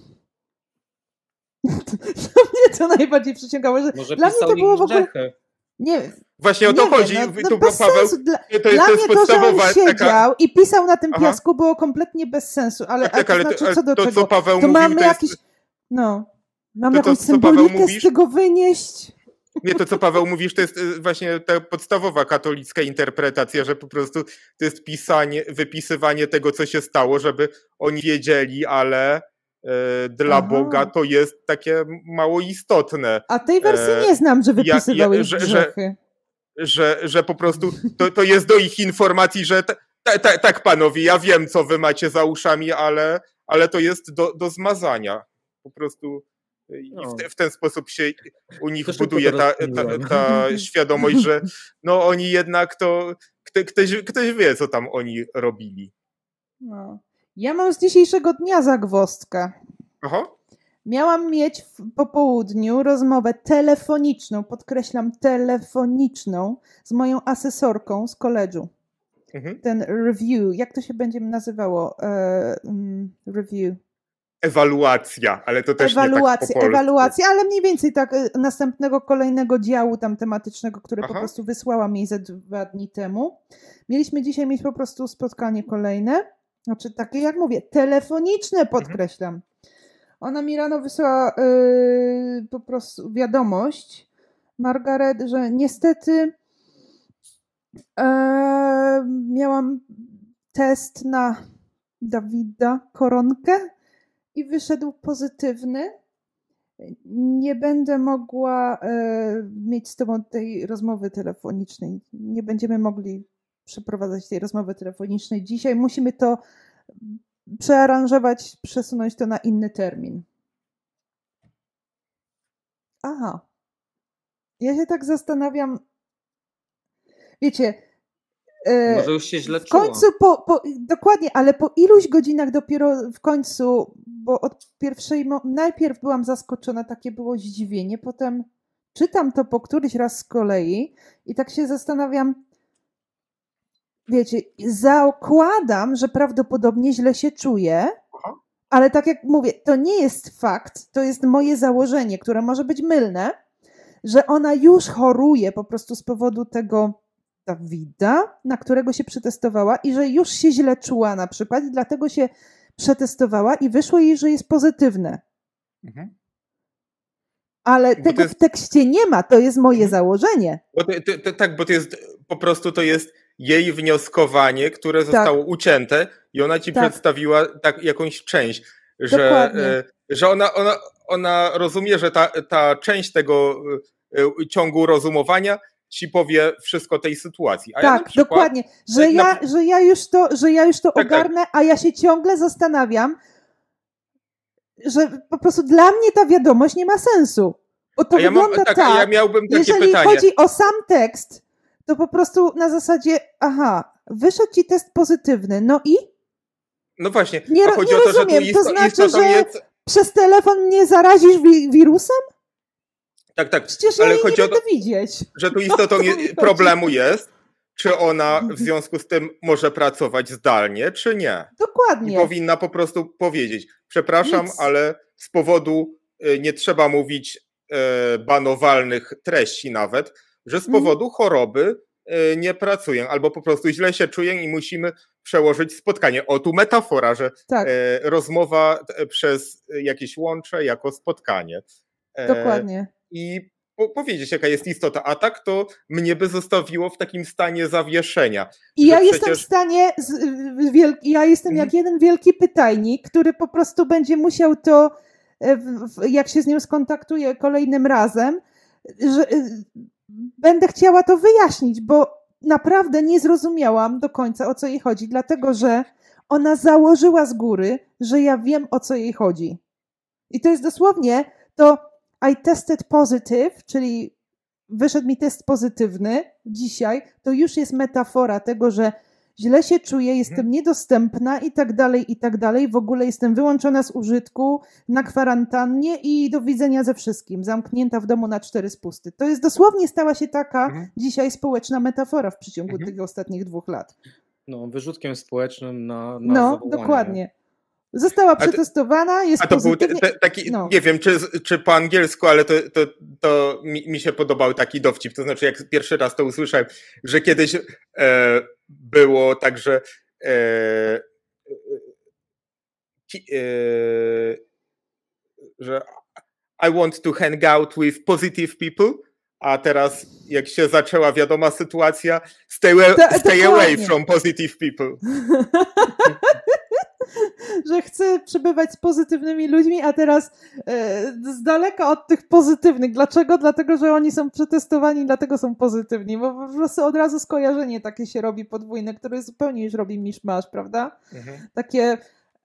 Mnie to najbardziej przyciągało. Że może dla pisał mnie to było w ogóle... Nie, właśnie o to chodzi. Tu bez sensu. Dla mnie to, że on siedział i pisał na tym piasku, było kompletnie bez sensu. Ale to znaczy, co do czego? Co Paweł to mówił, mamy to jakiś... jest... Mamy jakąś symbolikę z tego wynieść. Nie, to co Paweł mówisz, to jest właśnie ta podstawowa katolicka interpretacja, że po prostu to jest wypisywanie tego, co się stało, żeby oni wiedzieli, ale dla Boga to jest takie mało istotne. A tej wersji nie znam, że wypisywał ich grzechy. Że po prostu to jest do ich informacji, że tak panowie, ja wiem, co wy macie za uszami, ale to jest do zmazania. Po prostu w ten sposób się u nich buduje ta świadomość, że no oni jednak to ktoś wie, co tam oni robili. No. Ja mam z dzisiejszego dnia zagwozdkę. Aha. Miałam mieć po południu rozmowę telefoniczną, podkreślam telefoniczną, z moją asesorką z koledżu. Ten review, jak to się będzie nazywało? Review. Ewaluacja, ale to też nie tak po polsku. Ewaluacja, ale mniej więcej tak następnego, kolejnego działu tam tematycznego, które po prostu wysłałam jej ze 2 dni temu. Mieliśmy dzisiaj mieć po prostu spotkanie kolejne, znaczy takie jak mówię, telefoniczne podkreślam. Ona mi rano wysłała po prostu wiadomość, Margaret, że niestety miałam test na Dawida Koronkę i wyszedł pozytywny. Nie będę mogła mieć z tobą tej rozmowy telefonicznej. Nie będziemy mogli przeprowadzać tej rozmowy telefonicznej dzisiaj. Musimy to przearanżować, przesunąć to na inny termin. aha. Ja się tak zastanawiam, wiecie, Może już się źle w końcu, dokładnie, ale po iluś godzinach dopiero w końcu, bo od najpierw byłam zaskoczona, takie było zdziwienie, potem czytam to po któryś raz z kolei i tak się zastanawiam, wiecie, zakładam, że prawdopodobnie źle się czuję, ale tak jak mówię, to nie jest fakt, to jest moje założenie, które może być mylne, że ona już choruje po prostu z powodu tego Dawida, na którego się przetestowała i że już się źle czuła na przykład i dlatego się przetestowała i wyszło jej, że jest pozytywne. Ale tego w tekście nie ma, to jest moje założenie. Bo to jest po prostu to jest jej wnioskowanie, które zostało ucięte i ona ci przedstawiła jakąś część, że ona rozumie, że ta część tego ciągu rozumowania ci powie wszystko tej sytuacji. A tak, ja przykład, dokładnie. Że ja już to ogarnę, a ja się ciągle zastanawiam, że po prostu dla mnie ta wiadomość nie ma sensu. Bo to wygląda ja miałbym takie jeżeli pytanie. chodzi o sam tekst, to po prostu na zasadzie, wyszedł ci test pozytywny, no i? No właśnie, nie chodzi o to, rozumiem, że to znaczy, że jest... przez telefon mnie zarazisz wirusem? Tak. Przecież ja jej nie będę widzieć. Że tu istotą problemu jest, czy ona w związku z tym może pracować zdalnie, czy nie. Dokładnie. I powinna po prostu powiedzieć, przepraszam, ale z powodu, nie trzeba mówić banowalnych treści nawet, że z powodu choroby nie pracuję, albo po prostu źle się czuję i musimy przełożyć spotkanie. O, tu metafora, że rozmowa przez jakieś łącze jako spotkanie. Dokładnie. I powiedzieć, jaka jest istota, a tak to mnie by zostawiło w takim stanie zawieszenia. I ja jestem w stanie, ja jestem jak jeden wielki pytajnik, który po prostu będzie musiał to, jak się z nim skontaktuję kolejnym razem, że będę chciała to wyjaśnić, bo naprawdę nie zrozumiałam do końca, o co jej chodzi, dlatego że ona założyła z góry, że ja wiem, o co jej chodzi. I to jest dosłownie to I tested positive, czyli wyszedł mi test pozytywny dzisiaj, to już jest metafora tego, że źle się czuję, jestem niedostępna i tak dalej, w ogóle jestem wyłączona z użytku, na kwarantannie i do widzenia ze wszystkim, zamknięta w domu na 4 spusty. To jest dosłownie stała się taka dzisiaj społeczna metafora w przeciągu tych ostatnich 2 lat. No, wyrzutkiem społecznym na zawołanie. Dokładnie. Została przetestowana, jest pozytywnie. To był taki, nie wiem, czy po angielsku, ale to mi się podobał taki dowcip. To znaczy, jak pierwszy raz to usłyszałem, że kiedyś było tak, że I want to hang out with positive people, a teraz jak się zaczęła wiadoma sytuacja, stay away from positive people. Że chcę przebywać z pozytywnymi ludźmi, a teraz z daleka od tych pozytywnych. Dlaczego? Dlatego, że oni są przetestowani, dlatego są pozytywni. Bo po prostu od razu skojarzenie takie się robi podwójne, które zupełnie już robi miszmasz, prawda? Takie...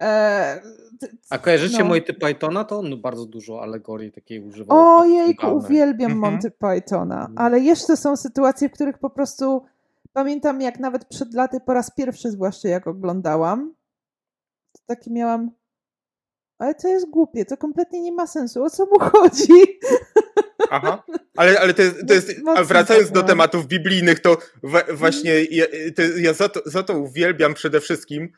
A kojarzycie Monty Pythona? To on bardzo dużo alegorii takiej używał. Ojejku, uwielbiam Monty Pythona. Ale jeszcze są sytuacje, w których po prostu pamiętam, jak nawet przed laty po raz pierwszy, zwłaszcza jak oglądałam, to taki miałam, ale to jest głupie, to kompletnie nie ma sensu, o co mu chodzi? Aha, ale to jest a wracając do tematów biblijnych, to właśnie ja za to uwielbiam przede wszystkim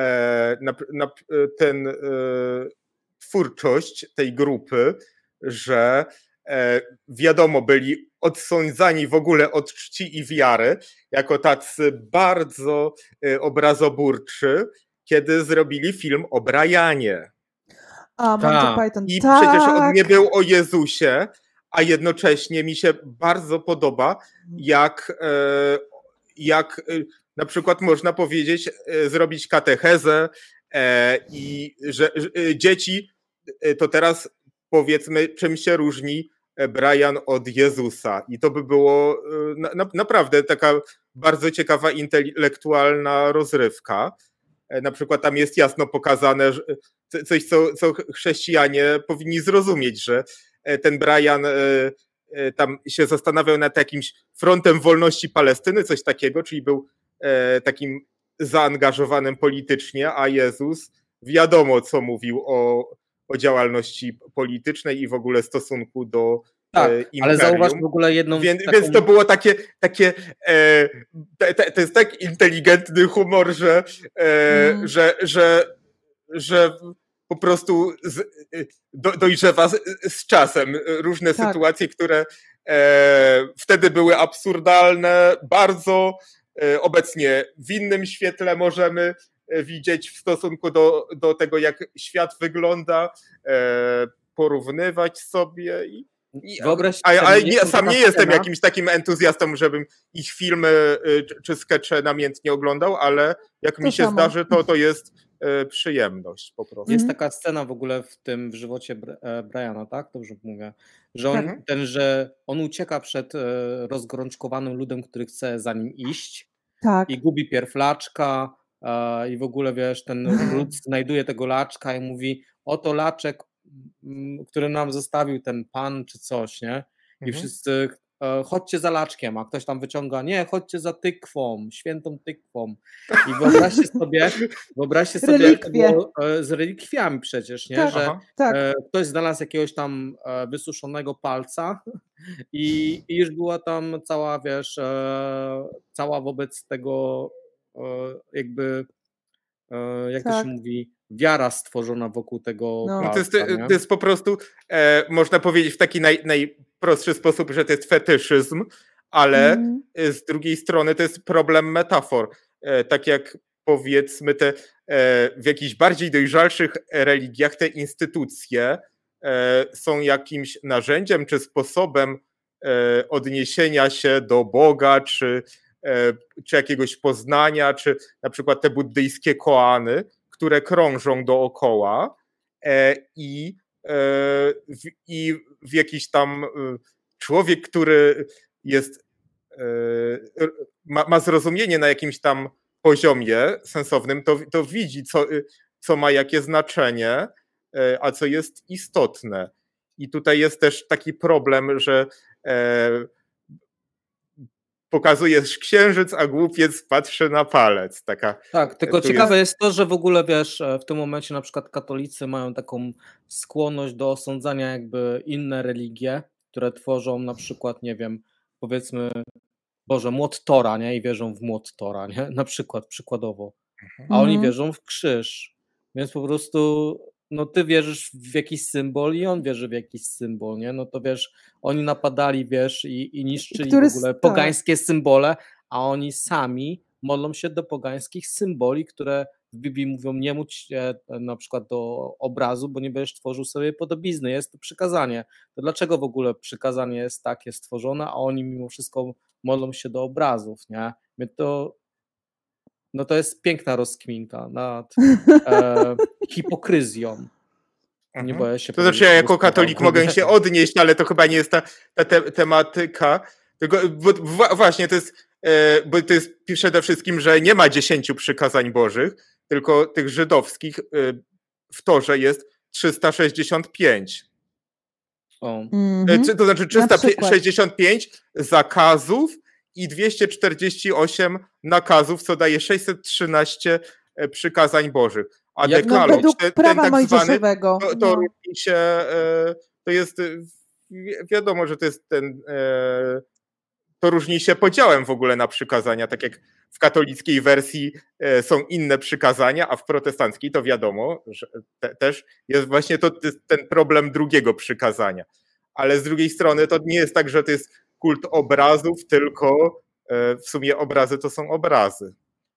twórczość tej grupy, że wiadomo, byli odsądzani w ogóle od czci i wiary, jako tacy bardzo obrazoburczy, kiedy zrobili film o Brianie. Monty Python. I przecież on nie był o Jezusie, a jednocześnie mi się bardzo podoba, jak na przykład można powiedzieć, zrobić katechezę i że dzieci, to teraz powiedzmy, czym się różni Brian od Jezusa. I to by było naprawdę taka bardzo ciekawa, intelektualna rozrywka. Na przykład tam jest jasno pokazane coś, co chrześcijanie powinni zrozumieć, że ten Brian tam się zastanawiał nad jakimś frontem wolności Palestyny, coś takiego, czyli był takim zaangażowanym politycznie, a Jezus wiadomo, co mówił o działalności politycznej i w ogóle stosunku do imperium. Ale zauważ w ogóle jedną... Więc to było takie to jest tak inteligentny humor, że po prostu dojrzewa z czasem. Różne sytuacje, które wtedy były absurdalne, bardzo obecnie w innym świetle możemy widzieć w stosunku do tego, jak świat wygląda, porównywać sobie. Sam nie jestem jakimś takim entuzjastą, żebym ich filmy czy skecze namiętnie oglądał, ale jak mi się zdarzy, to jest przyjemność po prostu. Jest taka scena w ogóle w żywocie Briana, tak? Dobrze mówię. Że że on ucieka przed rozgorączkowanym ludem, który chce za nim iść i gubi pierw laczka i w ogóle wiesz, ten lud znajduje tego laczka i mówi, oto laczek, który nam zostawił ten pan czy coś, nie? I wszyscy chodźcie za laczkiem, a ktoś tam wyciąga, nie, chodźcie za tykwą, świętą tykwą. I wyobraźcie sobie jak to było z relikwiami przecież, nie? Że ktoś znalazł jakiegoś tam wysuszonego palca i już była tam cała, wiesz, cała wobec tego jakby, jak to się mówi, wiara stworzona wokół tego palca. To jest po prostu, można powiedzieć w taki najprostszy sposób, że to jest fetyszyzm, ale z drugiej strony to jest problem metafor. Tak jak powiedzmy w jakichś bardziej dojrzalszych religiach te instytucje są jakimś narzędziem czy sposobem odniesienia się do Boga, czy jakiegoś poznania, czy na przykład te buddyjskie koany, które krążą dookoła i w jakiś tam człowiek, który jest ma zrozumienie na jakimś tam poziomie sensownym, to widzi, co ma jakie znaczenie, a co jest istotne. I tutaj jest też taki problem, że pokazujesz księżyc, a głupiec patrzy na palec. Tylko ciekawe jest to, że w ogóle wiesz, w tym momencie na przykład katolicy mają taką skłonność do osądzania jakby inne religie, które tworzą na przykład, nie wiem, powiedzmy, młot Tora, nie? I wierzą w młot Tora, nie? Na przykład, przykładowo. A oni wierzą w krzyż. Więc po prostu ty wierzysz w jakiś symbol i on wierzy w jakiś symbol, nie? No to wiesz, oni napadali, wiesz, i niszczyli w ogóle pogańskie symbole, a oni sami modlą się do pogańskich symboli, które w Biblii mówią, nie módl się na przykład do obrazu, bo nie będziesz tworzył sobie podobizny. Jest to przykazanie. To dlaczego w ogóle przykazanie jest takie stworzone, a oni mimo wszystko modlą się do obrazów, nie? To jest piękna rozkminka nad hipokryzją. Nie boję się. To znaczy ja jako katolik mogę się odnieść, ale to chyba nie jest ta tematyka. Tylko, właśnie to jest, bo to jest przede wszystkim, że nie ma 10 przykazań bożych, tylko tych żydowskich w Torze jest 365. To znaczy 365 zakazów i 248 nakazów, co daje 613 przykazań bożych. A dekalog, ten tak zwany, to różni się, to jest, wiadomo, że to jest to różni się podziałem w ogóle na przykazania, tak jak w katolickiej wersji są inne przykazania, a w protestanckiej to wiadomo, że też jest właśnie ten problem drugiego przykazania. Ale z drugiej strony to nie jest tak, że to jest kult obrazów, tylko w sumie obrazy to są obrazy.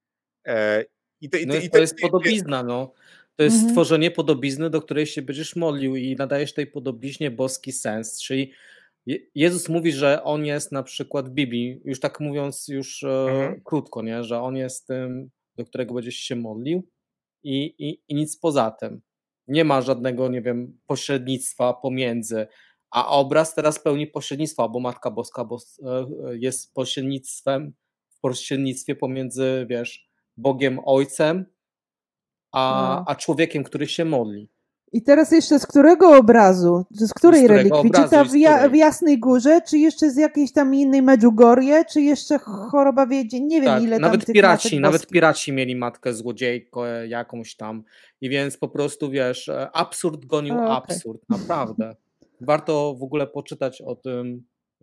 To jest podobizna, To jest stworzenie podobizny, do której się będziesz modlił i nadajesz tej podobiznie boski sens, czyli Jezus mówi, że on jest na przykład w Biblii, już tak mówiąc krótko, nie? Że on jest tym, do którego będziesz się modlił i nic poza tym. Nie ma żadnego, nie wiem, pośrednictwa pomiędzy, a obraz teraz pełni pośrednictwo, bo Matka Boska jest w pośrednictwie pomiędzy, wiesz, Bogiem Ojcem, a człowiekiem, który się modli. I teraz jeszcze z którego obrazu? Z której relikwii? Czy ta w Jasnej Górze, czy jeszcze z jakiejś tam innej Medjugorje, czy jeszcze choroba wiedzie? Nie wiem, ile tam tych nawet piraci mieli matkę złodziejkę jakąś tam. I więc po prostu, wiesz, absurd gonił absurd, naprawdę. Warto w ogóle poczytać o tym,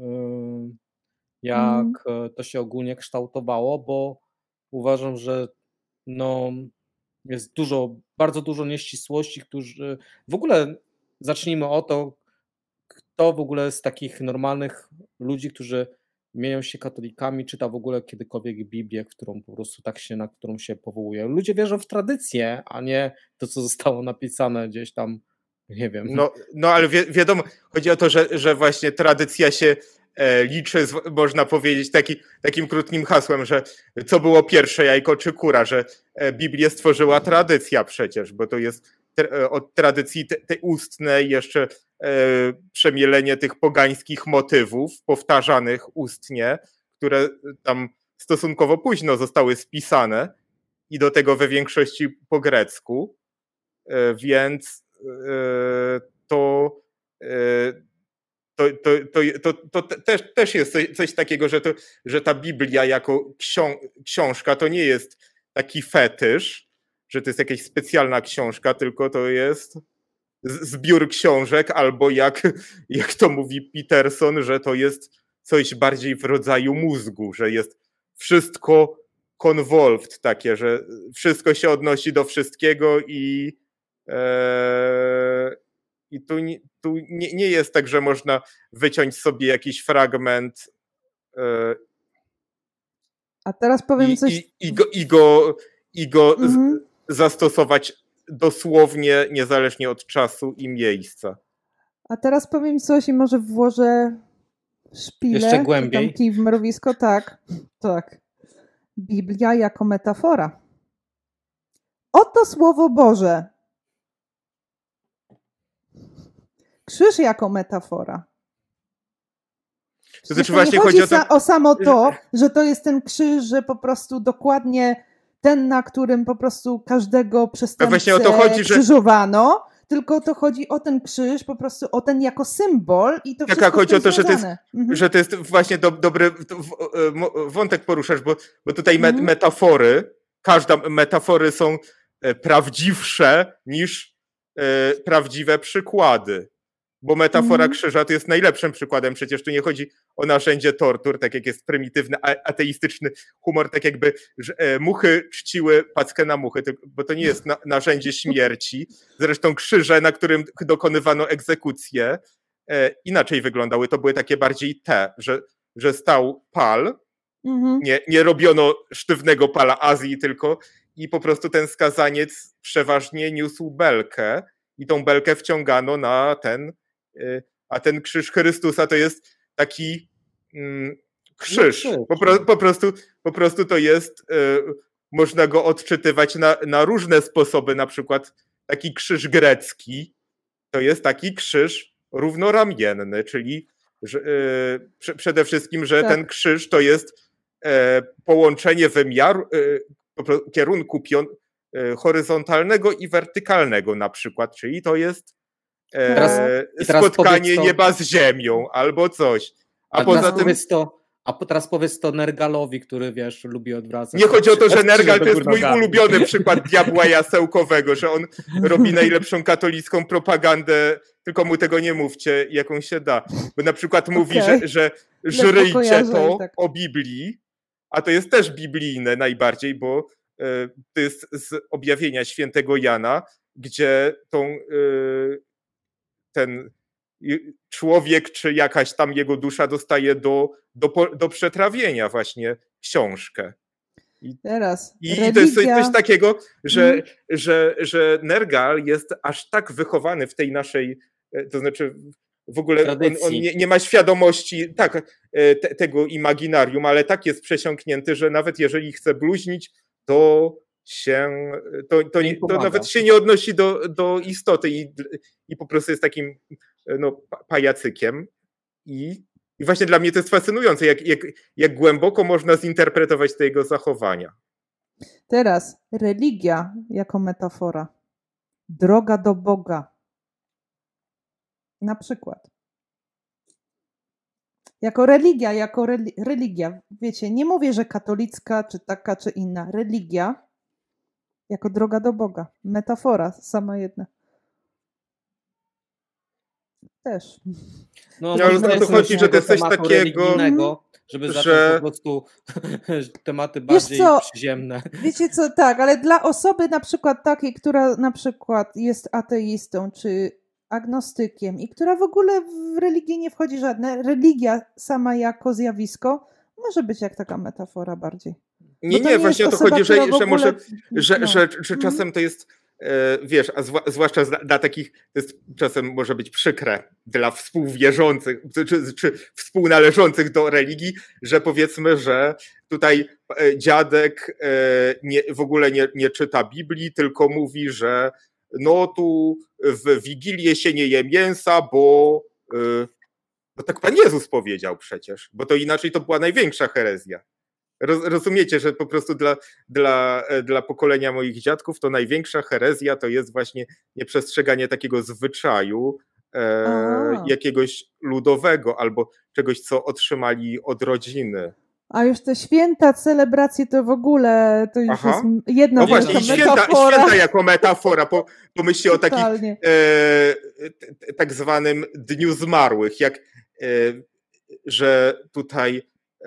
jak to się ogólnie kształtowało, bo uważam, że jest bardzo dużo nieścisłości, w ogóle zacznijmy o to, kto w ogóle z takich normalnych ludzi, którzy mienią się katolikami, czyta w ogóle kiedykolwiek Biblię, na którą się powołuje. Ludzie wierzą w tradycję, a nie to, co zostało napisane gdzieś tam, nie wiem. No ale wiadomo, chodzi o to, że właśnie tradycja się liczy, można powiedzieć, takim krótkim hasłem, że co było pierwsze, jajko czy kura, że Biblię stworzyła tradycja przecież, bo to jest od tradycji tej ustnej jeszcze przemielenie tych pogańskich motywów powtarzanych ustnie, które tam stosunkowo późno zostały spisane i do tego we większości po grecku, więc to też jest coś takiego, że ta Biblia jako książka to nie jest taki fetysz, że to jest jakaś specjalna książka, tylko to jest zbiór książek, albo jak to mówi Peterson, że to jest coś bardziej w rodzaju mózgu, że jest wszystko convolved takie, że wszystko się odnosi do wszystkiego i tu nie jest tak, że można wyciąć sobie jakiś fragment a teraz powiem coś i go zastosować dosłownie, niezależnie od czasu i miejsca. A teraz powiem coś i może włożę szpilę. Jeszcze głębiej. Kij w mrowisko. Tak. Biblia jako metafora. Oto Słowo Boże. Krzyż jako metafora. To znaczy właśnie chodzi o samo to, że to jest ten krzyż, że po prostu dokładnie ten, na którym po prostu każdego przestępcę krzyżowano, tylko to chodzi o ten krzyż, po prostu o ten jako symbol i to wszystko chodzi o to, że to jest właśnie dobry wątek poruszasz, bo tutaj metafory są prawdziwsze niż prawdziwe przykłady. Bo metafora krzyża to jest najlepszym przykładem. Przecież tu nie chodzi o narzędzie tortur, tak jak jest prymitywny, ateistyczny humor, tak jakby muchy czciły packę na muchy, bo to nie jest narzędzie śmierci. Zresztą krzyże, na którym dokonywano egzekucje, inaczej wyglądały. To były takie bardziej że stał pal, nie robiono sztywnego pala Azji tylko i po prostu ten skazaniec przeważnie niósł belkę i tą belkę wciągano na a ten krzyż Chrystusa to jest taki krzyż. Po prostu to jest, można go odczytywać na różne sposoby, na przykład taki krzyż grecki to jest taki krzyż równoramienny, czyli przede wszystkim, że ten krzyż to jest połączenie wymiaru, kierunku horyzontalnego i wertykalnego na przykład, czyli to jest spotkanie nieba z ziemią albo coś. Teraz powiedz to Nergalowi, który lubi odwracać. Nie chodzi o to, że Nergal to jest mój ulubiony przykład diabła jasełkowego, że on robi najlepszą katolicką propagandę, tylko mu tego nie mówcie, jaką się da. Bo na przykład mówi, że żryjcie to o Biblii, a to jest też biblijne najbardziej, bo to jest z objawienia świętego Jana, gdzie ten człowiek, czy jakaś tam jego dusza dostaje do przetrawienia właśnie książkę. I to jest coś takiego, że Nergal jest aż tak wychowany w tej naszej, to znaczy w ogóle on nie ma świadomości tego imaginarium, ale tak jest przesiąknięty, że nawet jeżeli chce bluźnić, to nawet się nie odnosi do istoty i po prostu jest takim pajacykiem. I właśnie dla mnie to jest fascynujące, jak głęboko można zinterpretować te jego zachowania. Teraz religia jako metafora. Droga do Boga. Na przykład. Jako religia. Wiecie, nie mówię, że katolicka, czy taka, czy inna. Religia jako droga do Boga. Metafora sama jedna. Też. No ale to chodzi, że to jest coś takiego, żeby zacząć po prostu tematy bardziej przyziemne. Wiecie co, tak, ale dla osoby na przykład takiej, która na przykład jest ateistą, czy agnostykiem i która w ogóle w religię nie wchodzi żadne, religia sama jako zjawisko może być jak taka metafora bardziej. Nie, właśnie o to chodzi, że czasem to jest, wiesz, a zwłaszcza dla takich, to jest czasem może być przykre dla współwierzących, czy współnależących do religii, że powiedzmy, że tutaj dziadek w ogóle nie czyta Biblii, tylko mówi, że no tu w Wigilię się nie je mięsa, bo tak Pan Jezus powiedział przecież, bo to inaczej to była największa herezja. Rozumiecie, że po prostu dla pokolenia moich dziadków to największa herezja to jest właśnie nieprzestrzeganie takiego zwyczaju jakiegoś ludowego albo czegoś, co otrzymali od rodziny. A już te święta, celebracje to w ogóle to już jest jedna no właśnie, metafora. Święta jako metafora. Pomyślcie o takim tak zwanym Dniu Zmarłych, że tutaj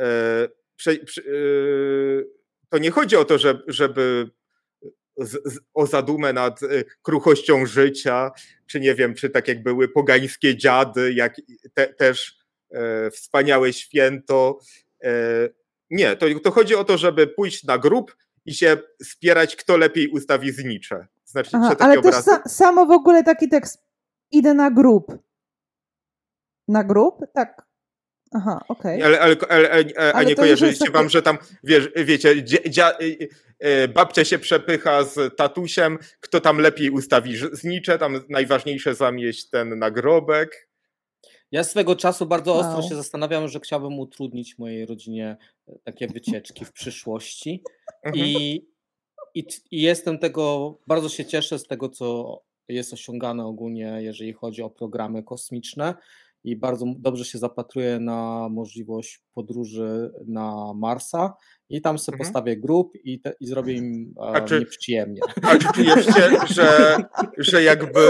to nie chodzi o to, żeby o zadumę nad kruchością życia, czy nie wiem, czy tak jak były pogańskie dziady, jak też wspaniałe święto. Nie, to chodzi o to, żeby pójść na grób i się spierać, kto lepiej ustawi znicze. Znaczy, ale też samo w ogóle taki tekst, idę na grób. Na grób? Tak. Aha, okej. A nie kojarzycie wam, że tam, wiecie, babcia się przepycha z tatusiem, kto tam lepiej ustawi znicze, tam najważniejsze zamieść ten nagrobek. Ja swego czasu bardzo ostro się zastanawiam, że chciałbym utrudnić mojej rodzinie takie wycieczki w przyszłości i jestem tego, bardzo się cieszę z tego, co jest osiągane ogólnie, jeżeli chodzi o programy kosmiczne. I bardzo dobrze się zapatruję na możliwość podróży na Marsa i tam sobie postawię grób i zrobię im nieprzyjemnie. A czy czujesz się, że jakby...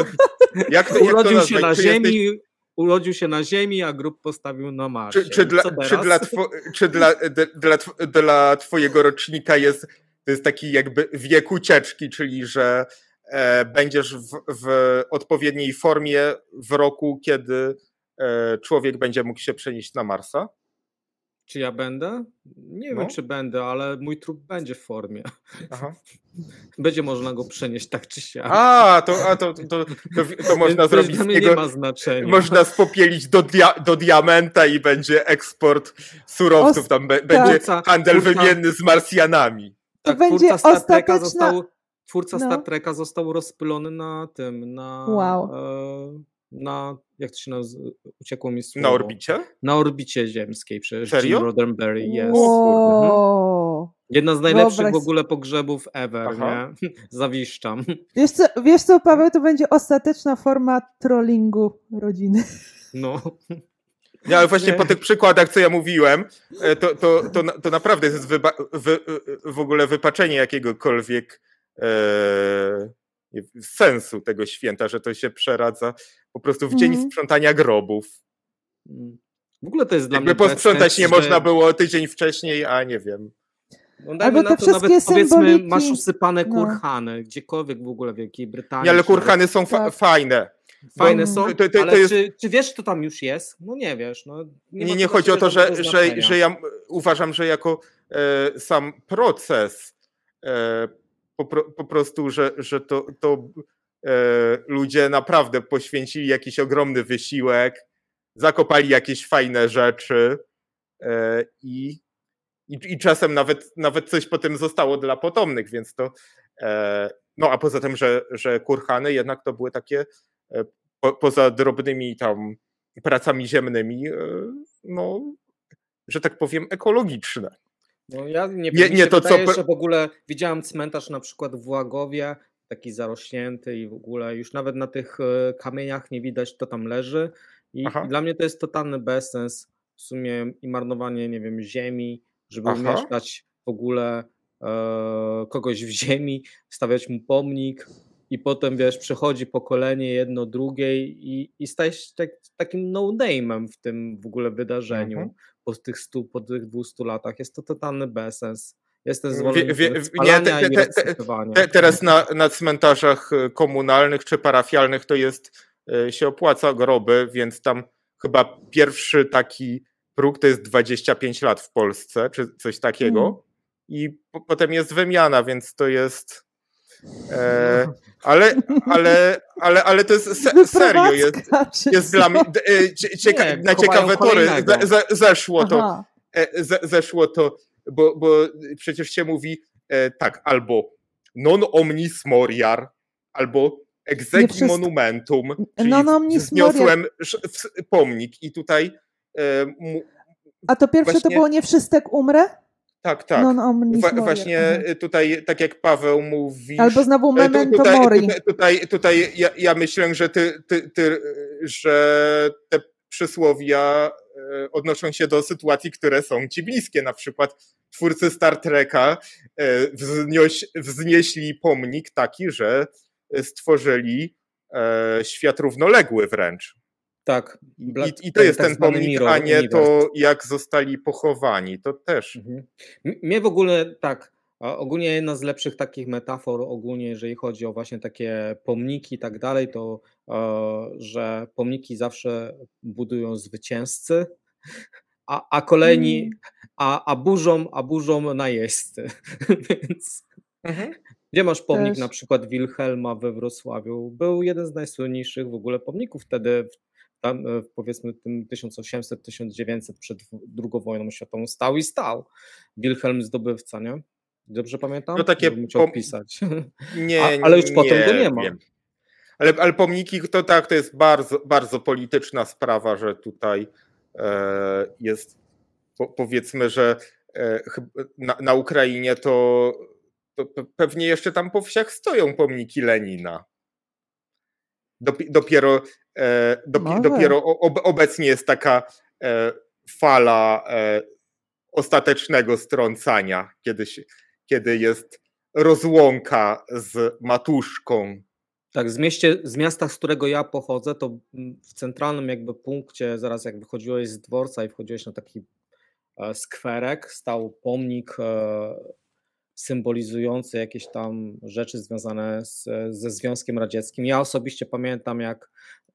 Urodził się na Ziemi, a grób postawił na Marsie. Czy dla twojego rocznika to jest taki jakby wiek ucieczki, czyli że będziesz w odpowiedniej formie w roku, kiedy człowiek będzie mógł się przenieść na Marsa? Czy ja będę? Nie wiem, czy będę, ale mój trup będzie w formie. Aha. Będzie można go przenieść tak czy siak. To można zrobić z niego, nie ma znaczenia. Można spopielić do diamenta i będzie eksport surowców, tam będzie handel wymienny z Marsjanami. Tak, twórca Star Treka został rozpylony na tym, na jak to się nazywa? Uciekło mi słowo. Na orbicie? Na orbicie ziemskiej przez Serio? Gene Roddenberry. Yes. Jedna z najlepszych w ogóle pogrzebów ever, nie? Zawiszczam. Wiesz co, Paweł, to będzie ostateczna forma trollingu rodziny. No. Nie, ale właśnie po tych przykładach, co ja mówiłem, to naprawdę jest w ogóle wypaczenie jakiegokolwiek sensu tego święta, że to się przeradza po prostu w dzień sprzątania grobów. W ogóle to jest dla mnie posprzątać nie można było tydzień wcześniej, a nie wiem. No dajmy na to nawet powiedzmy masz usypane kurhany, gdziekolwiek w ogóle w Wielkiej Brytanii. Nie, ale kurhany są fajne. Fajne są, ale czy wiesz, co tam już jest? No nie wiesz. No, nie chodzi o to, że ja uważam, że jako sam proces po prostu, że to ludzie naprawdę poświęcili jakiś ogromny wysiłek, zakopali jakieś fajne rzeczy i czasem nawet coś potem zostało dla potomnych, więc to no a poza tym, że kurhany jednak to były takie poza drobnymi tam pracami ziemnymi, no, że tak powiem, ekologiczne. No ja nie to, że w ogóle widziałem cmentarz na przykład w Łagowie, taki zarośnięty i w ogóle już nawet na tych kamieniach nie widać, kto tam leży. I dla mnie to jest totalny bezsens w sumie i marnowanie, nie wiem, ziemi, żeby umieszczać w ogóle kogoś w ziemi, stawiać mu pomnik i potem, wiesz, przechodzi pokolenie jedno drugie i staje się takim no-name'em w tym w ogóle wydarzeniu po tych 200 latach. Jest to totalny bezsens. Jestem zwolennikiem spalania i rozsypywania. Teraz na cmentarzach komunalnych czy parafialnych to się opłaca groby, więc tam chyba pierwszy taki próg to jest 25 lat w Polsce, czy coś takiego. I potem jest wymiana, więc to jest... ale to jest serio. Jest dla mnie... na ciekawe tory zeszło to, bo przecież się mówi tak, albo non omnis moriar, albo exegi monumentum, czyli wzniosłem pomnik i tutaj... A to pierwsze właśnie, to było nie wszystek umrę? Tak. Właśnie tutaj, tak jak Paweł mówi. Albo znowu memento mori. Tutaj ja myślę, że że te przysłowia odnoszą się do sytuacji, które są ci bliskie. Na przykład twórcy Star Treka wznieśli pomnik taki, że stworzyli świat równoległy wręcz. Tak. I to jest ten pomnik, a nie to, jak zostali pochowani. To też. Mnie w ogóle tak, ogólnie jedna z lepszych takich metafor, ogólnie jeżeli chodzi o właśnie takie pomniki i tak dalej, to że pomniki zawsze budują zwycięzcy, a kolejni, a burzą najeźdźcy. Więc gdzie masz pomnik też. Na przykład Wilhelma we Wrocławiu? Był jeden z najsłynniejszych w ogóle pomników wtedy, tam powiedzmy tym 1800-1900 przed II wojną światową stał. Wilhelm Zdobywca, nie? Dobrze pamiętam? No takie musiał pisać. Nie, ale już potem go nie ma. Wiem. Ale pomniki to tak, to jest bardzo, bardzo polityczna sprawa, że tutaj jest powiedzmy, że na Ukrainie to pewnie jeszcze tam po wsiach stoją pomniki Lenina. Dopiero obecnie jest taka fala ostatecznego strącania, kiedy jest rozłąka z matuszką. Tak, z miasta, z którego ja pochodzę, to w centralnym jakby punkcie, zaraz jak wychodziłeś z dworca i wchodziłeś na taki skwerek, stał pomnik symbolizujący jakieś tam rzeczy związane ze Związkiem Radzieckim. Ja osobiście pamiętam, jak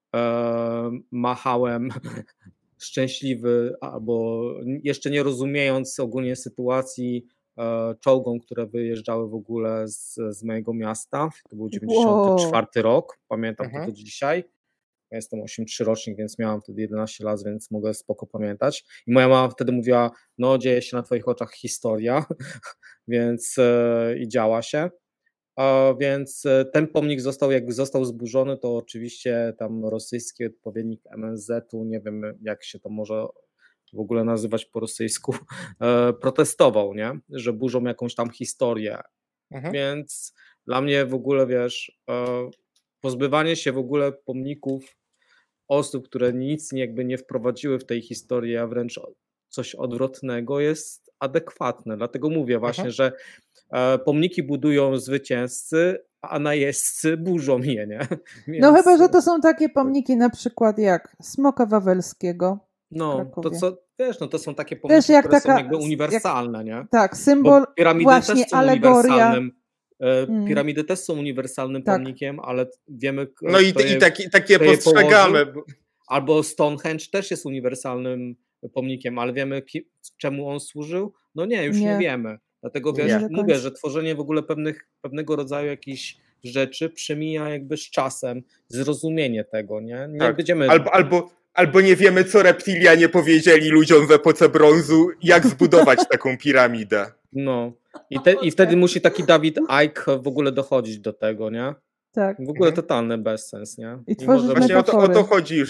machałem szczęśliwy, albo jeszcze nie rozumiejąc ogólnie sytuacji, czołgom, które wyjeżdżały w ogóle z mojego miasta. To był 94 rok, pamiętam to do dzisiaj. Ja jestem 8-3 rocznik, więc miałam wtedy 11 lat, więc mogę spoko pamiętać. I moja mama wtedy mówiła, no dzieje się na twoich oczach historia, więc i działa się. Więc ten pomnik został zburzony, to oczywiście tam rosyjski odpowiednik MSZ-u, nie wiem jak się to może w ogóle nazywać po rosyjsku, protestował, nie? Że burzą jakąś tam historię. Więc dla mnie w ogóle, wiesz, pozbywanie się w ogóle pomników osób, które nic jakby nie wprowadziły w tej historii, a wręcz coś odwrotnego jest adekwatne. Dlatego mówię właśnie, że pomniki budują zwycięzcy, a najeźdźcy burzą je, nie? Więc... No chyba, że to są takie pomniki na przykład jak Smoka Wawelskiego. No, to co, wiesz, no to są takie pomniki, jak które są jakby uniwersalne, nie? Tak, symbol, właśnie alegoria. Piramidy też są uniwersalnym pomnikiem, ale wiemy... No i takie postrzegamy. Albo Stonehenge też jest uniwersalnym pomnikiem, ale wiemy czemu on służył? No nie, już nie wiemy. Dlatego wiesz, mówię, że tworzenie w ogóle pewnego rodzaju jakichś rzeczy przemija jakby z czasem, zrozumienie tego, nie? Nie będziemy... Albo nie wiemy, co reptilianie powiedzieli ludziom w epoce brązu, jak zbudować taką piramidę. No. I wtedy musi taki David Icke w ogóle dochodzić do tego, nie? Tak. W ogóle totalny bezsens, nie? I tworzyć właśnie o to chodzi,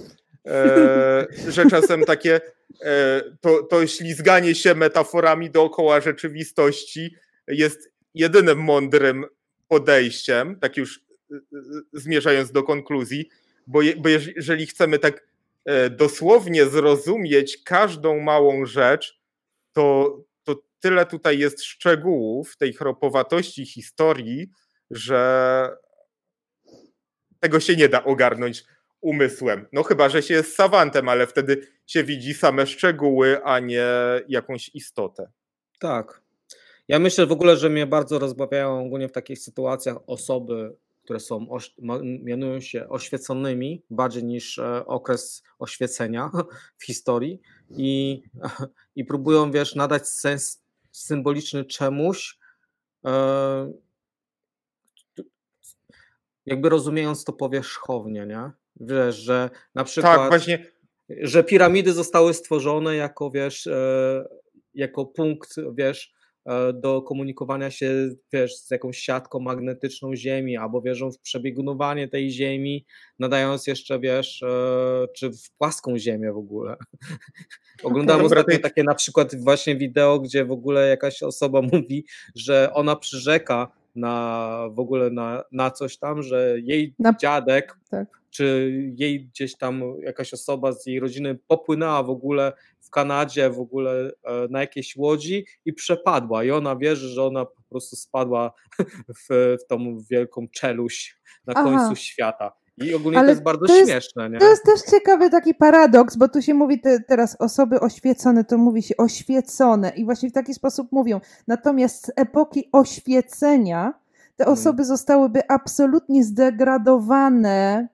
że czasem takie to ślizganie się metaforami dookoła rzeczywistości jest jedynym mądrym podejściem, tak już zmierzając do konkluzji, bo jeżeli chcemy tak dosłownie zrozumieć każdą małą rzecz, to tyle tutaj jest szczegółów tej chropowatości historii, że tego się nie da ogarnąć umysłem. No chyba, że się jest savantem, ale wtedy się widzi same szczegóły, a nie jakąś istotę. Tak. Ja myślę w ogóle, że mnie bardzo rozbawiają ogólnie w takich sytuacjach osoby, które są mianują się oświeconymi bardziej niż okres oświecenia w historii i próbują, wiesz, nadać sens symboliczny czemuś, jakby rozumiejąc to powierzchownie, nie? Wiesz, że na przykład, tak, właśnie, że piramidy zostały stworzone jako, wiesz, jako punkt, wiesz, do komunikowania się, wiesz, z jakąś siatką magnetyczną Ziemi, albo wierzą w przebiegunowanie tej Ziemi, nadając jeszcze, wiesz, czy w płaską Ziemię w ogóle. Oglądałem ostatnio takie na przykład właśnie wideo, gdzie w ogóle jakaś osoba mówi, że ona przyrzeka w ogóle na coś tam, że jej dziadek, tak, czy jej gdzieś tam jakaś osoba z jej rodziny popłynęła w ogóle w Kanadzie w ogóle na jakiejś łodzi i przepadła i ona wierzy, że ona po prostu spadła w tą wielką czeluść na końcu świata. I ogólnie to jest bardzo śmieszne. Nie? To jest też ciekawy taki paradoks, bo tu się mówi teraz osoby oświecone, to mówi się oświecone i właśnie w taki sposób mówią. Natomiast z epoki oświecenia te osoby zostałyby absolutnie zdegradowane,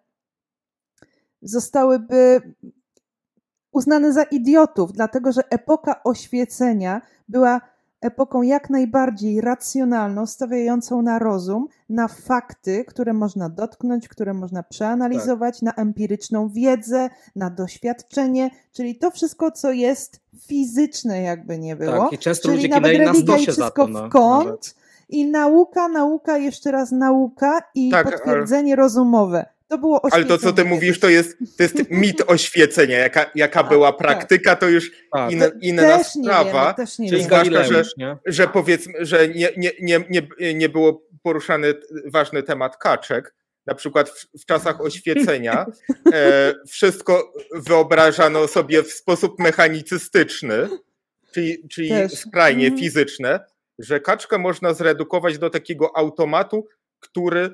zostałyby uznane za idiotów, dlatego że epoka oświecenia była epoką jak najbardziej racjonalną, stawiającą na rozum, na fakty, które można dotknąć, które można przeanalizować, tak, na empiryczną wiedzę, na doświadczenie, czyli to wszystko, co jest fizyczne, jakby nie było. Tak, i często czyli ludzie nawet religia i wszystko za to, w kąt i nauka, jeszcze raz nauka i tak, potwierdzenie rozumowe. To było ale to, co ty mówisz, to jest mit oświecenia. Jaka była praktyka, to już inna sprawa. Zwłaszcza, że powiedzmy, że nie było poruszany ważny temat kaczek. Na przykład w czasach oświecenia wszystko wyobrażano sobie w sposób mechanicystyczny, czyli skrajnie fizyczne, że kaczkę można zredukować do takiego automatu, który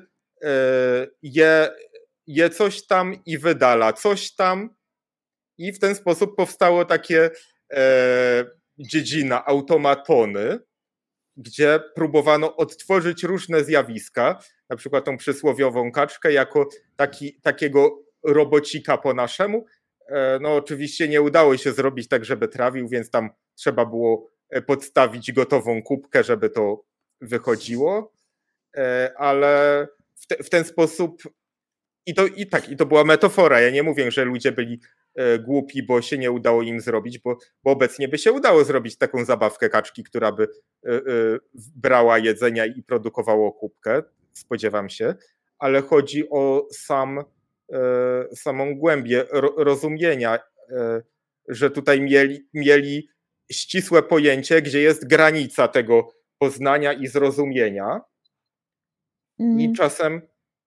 je coś tam i wydala coś tam i w ten sposób powstało takie dziedzina automatony, gdzie próbowano odtworzyć różne zjawiska, na przykład tą przysłowiową kaczkę jako takiego robocika po naszemu. No oczywiście nie udało się zrobić tak, żeby trawił, więc tam trzeba było podstawić gotową kubkę, żeby to wychodziło, ale w ten sposób i to była metafora. Ja nie mówię, że ludzie byli głupi, bo się nie udało im zrobić, bo obecnie by się udało zrobić taką zabawkę kaczki, która by brała jedzenia i produkowało kubkę, spodziewam się, ale chodzi o samą głębię rozumienia, że tutaj mieli ścisłe pojęcie, gdzie jest granica tego poznania i zrozumienia i czasem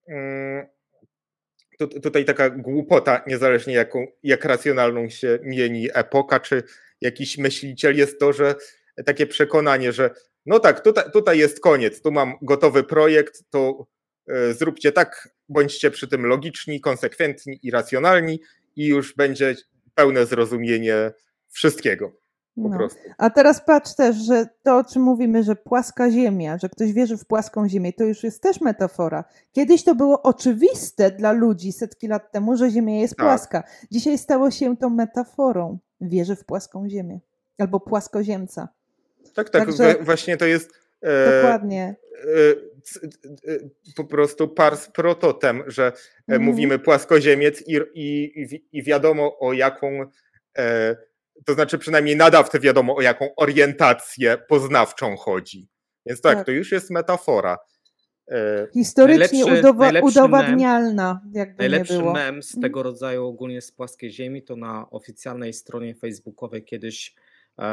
tutaj taka głupota, niezależnie jak racjonalną się mieni epoka, czy jakiś myśliciel, jest to, że takie przekonanie, że no tak, tutaj jest koniec, tu mam gotowy projekt, to zróbcie tak, bądźcie przy tym logiczni, konsekwentni i racjonalni i już będzie pełne zrozumienie wszystkiego. Po prostu. A teraz patrz też, że to, o czym mówimy, że płaska ziemia, że ktoś wierzy w płaską ziemię, to już jest też metafora. Kiedyś to było oczywiste dla ludzi setki lat temu, że ziemia jest płaska. Dzisiaj stało się tą metaforą. Wierzy w płaską ziemię. Albo płaskoziemca. Tak, także, właśnie to jest dokładnie. Po prostu pars pro totem, że mówimy płaskoziemiec i wiadomo o jaką to znaczy przynajmniej nadawcy wiadomo o jaką orientację poznawczą chodzi. Więc tak, to już jest metafora. Historycznie udowadnialna, jakby najlepszy nie było. mem z tego rodzaju ogólnie z płaskiej ziemi to na oficjalnej stronie facebookowej kiedyś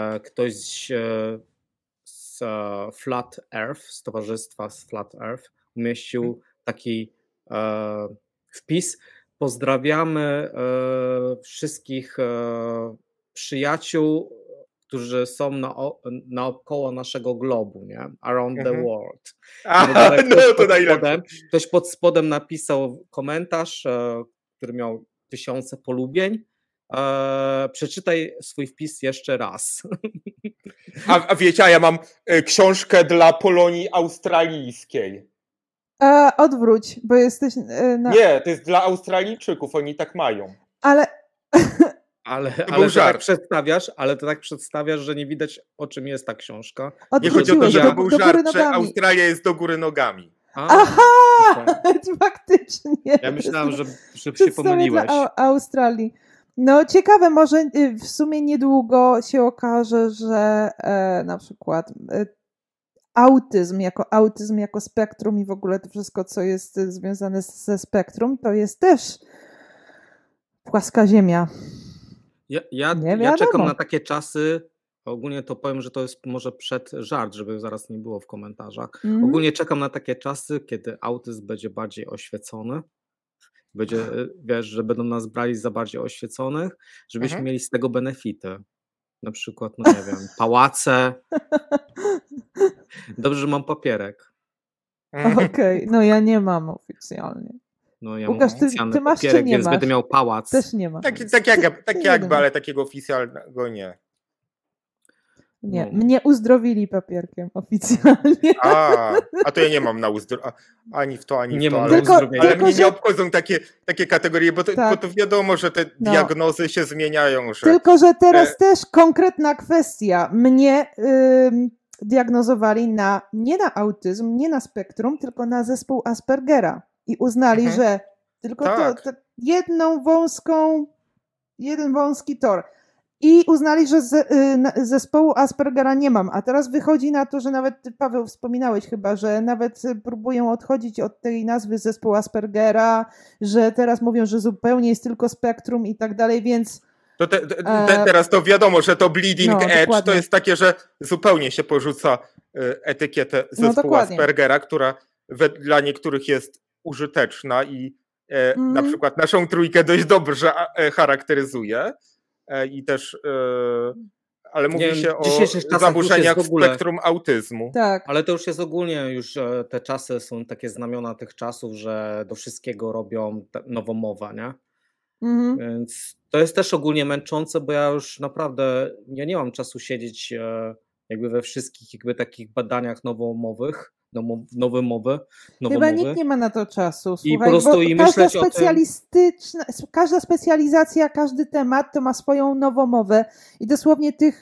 ktoś z Flat Earth, z towarzystwa z Flat Earth umieścił taki wpis. Pozdrawiamy wszystkich przyjaciół, którzy są naokoło naszego globu, nie? Around the world. To najlepsze. Ktoś pod spodem napisał komentarz, który miał 1000 polubień. Przeczytaj swój wpis jeszcze raz. A wiecie, ja mam książkę dla Polonii australijskiej. Odwróć, bo jesteś... Nie, to jest dla Australijczyków, oni tak mają. Ale to tak przedstawiasz, że nie widać, o czym jest ta książka. Nie chodzi o to, że to był żart, że Australia jest do góry nogami. Aha! Faktycznie. Ja myślałam, że się pomyliłeś. Dla Australii. No ciekawe, może w sumie niedługo się okaże, że na przykład autyzm jako spektrum i w ogóle to wszystko, co jest związane ze spektrum, to jest też płaska ziemia. Ja czekam na takie czasy, ogólnie to powiem, że to jest może żart, żeby zaraz nie było w komentarzach. Ogólnie czekam na takie czasy, kiedy autyzm będzie bardziej oświecony. Będzie, wiesz, że będą nas brali za bardziej oświeconych, żebyśmy mieli z tego benefity. Na przykład, no nie wiem, pałace. Dobrze, że mam papierek. Okej, no ja nie mam oficjalnie. No ja Łukasz, mam oficjalny ty masz, papierek, czy nie więc masz? będę miał pałac. Też nie ma. Tak jakby, ale takiego oficjalnego nie. Nie, mnie uzdrowili papierkiem oficjalnie. A to ja nie mam na ani w to, ani nie w to. Mam ale mnie nie obchodzą takie kategorie, bo to wiadomo, że te diagnozy się zmieniają. Tylko, że teraz też konkretna kwestia. Mnie diagnozowali nie na autyzm, nie na spektrum, tylko na zespół Aspergera. I uznali, że tylko to jeden wąski tor. I uznali, że zespołu Aspergera nie mam. A teraz wychodzi na to, że nawet ty, Paweł, wspominałeś chyba, że nawet próbują odchodzić od tej nazwy zespołu Aspergera, że teraz mówią, że zupełnie jest tylko spektrum i tak dalej, więc... Teraz to wiadomo, że to bleeding edge dokładnie. To jest takie, że zupełnie się porzuca etykietę zespołu Aspergera, która dla niektórych jest użyteczna i na przykład naszą trójkę dość dobrze charakteryzuje. I też, ale mówi się o zaburzeniach spektrum autyzmu. Tak. Ale to już jest ogólnie, te czasy są takie znamiona tych czasów, że do wszystkiego robią nową mowę, nie? Więc to jest też ogólnie męczące, bo ja już naprawdę nie mam czasu siedzieć jakby we wszystkich jakby takich badaniach nowomowych. Nowe mowy. Chyba nikt nie ma na to czasu. Słuchaj, i po prostu i myśleć o tym. Każda specjalizacja, każdy temat to ma swoją nowomowę i dosłownie tych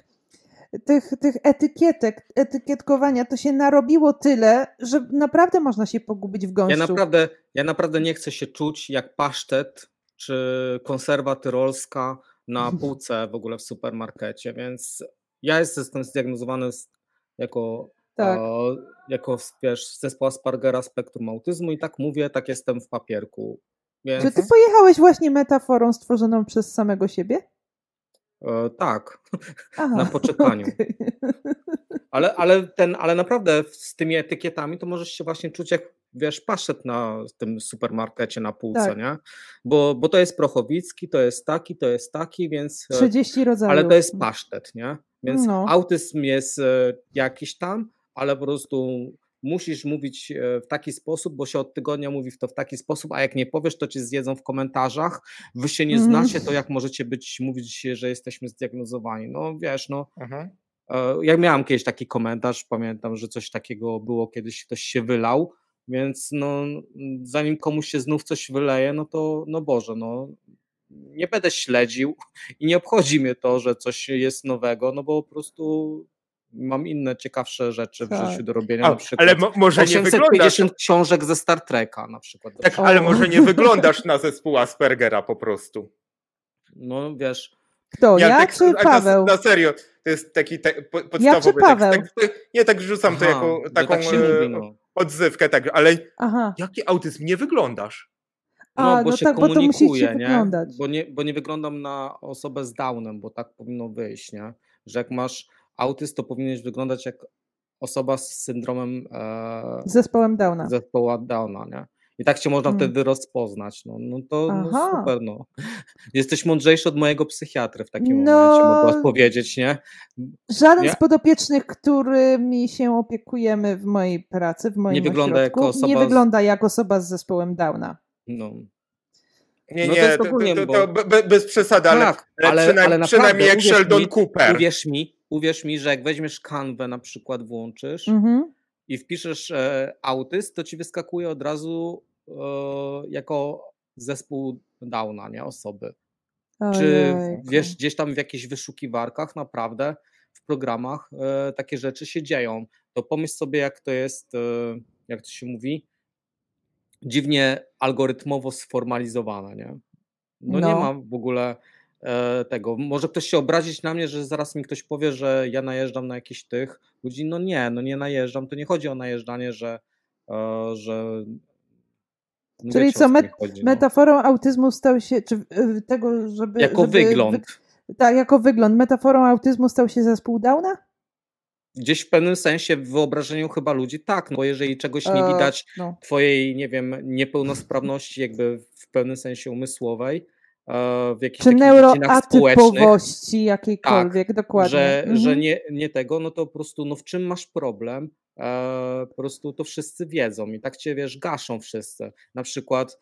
etykietkowania to się narobiło tyle, że naprawdę można się pogubić w gąszczu. Ja naprawdę nie chcę się czuć jak pasztet czy konserwa tyrolska na półce w ogóle w supermarkecie, więc ja jestem zdiagnozowany jako wiesz, zespół Aspergera, spektrum autyzmu i tak mówię, tak jestem w papierku. Więc... Czy ty pojechałeś właśnie metaforą stworzoną przez samego siebie? Tak, na poczekaniu. Okay. Ale naprawdę z tymi etykietami to możesz się właśnie czuć jak, wiesz, pasztet na tym supermarkecie na półce, nie? Bo to jest prochowicki, to jest taki, więc... 30 rodzajów. Ale to jest pasztet, nie? Więc autyzm jest jakiś tam, ale po prostu musisz mówić w taki sposób, bo się od tygodnia mówi w taki sposób, a jak nie powiesz, to cię zjedzą w komentarzach. Wy się nie znacie, to jak możecie mówić, że jesteśmy zdiagnozowani? No wiesz, jak miałam kiedyś taki komentarz, pamiętam, że coś takiego było, kiedyś ktoś się wylał, więc zanim komuś się znów coś wyleje, Boże, nie będę śledził i nie obchodzi mnie to, że coś jest nowego, bo po prostu mam inne ciekawsze rzeczy w życiu do robienia, na przykład ale może 850 książek ze Star Treka na przykład. Tak, ale może nie wyglądasz na zespół Aspergera po prostu. No wiesz. Kto, ja czy Paweł? Na serio, to jest taki podstawowy ja czy Paweł? Nie, tak rzucam to jako taką odzywkę, tak, ale jaki autyzm, nie wyglądasz? Bo się komunikuje, nie? Bo nie wyglądam na osobę z Downem, bo tak powinno wyjść, nie? Że jak masz autyzm, to powinieneś wyglądać jak osoba z syndromem Zespołem Downa. Zespołu Downa, nie? I tak cię można wtedy rozpoznać. No to super, no. Jesteś mądrzejszy od mojego psychiatry w takim momencie, mogę odpowiedzieć, nie? Żaden z podopiecznych, którymi się opiekujemy w mojej pracy, w moim ośrodku, nie wygląda jak osoba z zespołem Downa. No. Nie, to bez przesady, tak, ale przynajmniej jak Sheldon Cooper. Uwierz mi, że jak weźmiesz kanwę na przykład, włączysz i wpiszesz autyzm, to ci wyskakuje od razu jako zespół Downa, nie? Osoby. Czy wiesz, gdzieś tam w jakichś wyszukiwarkach naprawdę w programach takie rzeczy się dzieją. To pomyśl sobie, jak to jest, jak to się mówi, dziwnie algorytmowo sformalizowane, nie? No nie ma w ogóle tego. Może ktoś się obrazić na mnie, że zaraz mi ktoś powie, że ja najeżdżam na jakichś tych ludzi. No nie najeżdżam. To nie chodzi o najeżdżanie, że no czyli co, metaforą autyzmu stał się, czy tego, żeby... Jako wygląd. Tak, jako wygląd. Metaforą autyzmu stał się zespół Downa? Gdzieś w pewnym sensie w wyobrażeniu chyba ludzi tak, no bo jeżeli czegoś nie widać, twojej, nie wiem, niepełnosprawności jakby w pewnym sensie umysłowej, w jakichś czy neuroatypowości jakiejkolwiek, tak, dokładnie. Że nie tego, no to po prostu, no w czym masz problem? Po prostu to wszyscy wiedzą i tak cię, wiesz, gaszą wszyscy. Na przykład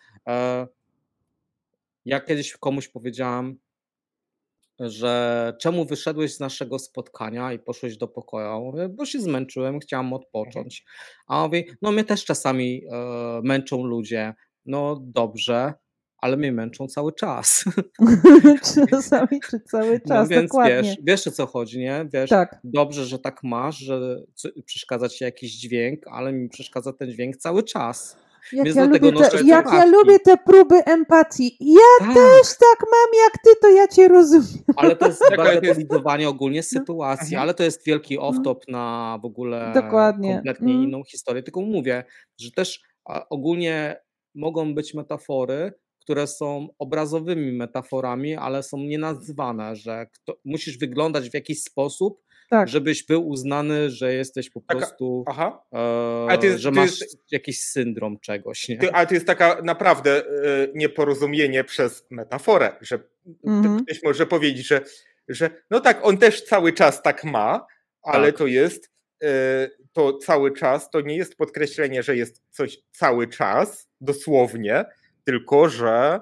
ja kiedyś komuś powiedziałam, że czemu wyszedłeś z naszego spotkania i poszłeś do pokoju? Mówię, bo się zmęczyłem, chciałam odpocząć. A on mówi, no mnie też czasami męczą ludzie. No dobrze, ale mnie męczą cały czas. Czasami czy cały czas, no więc dokładnie. Wiesz o co chodzi, nie? Wiesz, tak. Dobrze, że tak masz, że przeszkadza ci jakiś dźwięk, ale mi przeszkadza ten dźwięk cały czas. Ja lubię te próby empatii. Ja też tak mam jak ty, to ja cię rozumiem. Ale to jest bagatelizowanie ogólnie sytuacji, ale to jest wielki off-top na w ogóle kompletnie inną historię. Tylko mówię, że też ogólnie mogą być metafory, które są obrazowymi metaforami, ale są nienazwane, że musisz wyglądać w jakiś sposób, żebyś był uznany, że jesteś po prostu, że masz jakiś syndrom czegoś. Nie? Ale to jest taka naprawdę nieporozumienie przez metaforę, że ktoś może powiedzieć, że no tak, on też cały czas tak ma, ale to jest to cały czas, to nie jest podkreślenie, że jest coś cały czas, dosłownie, tylko że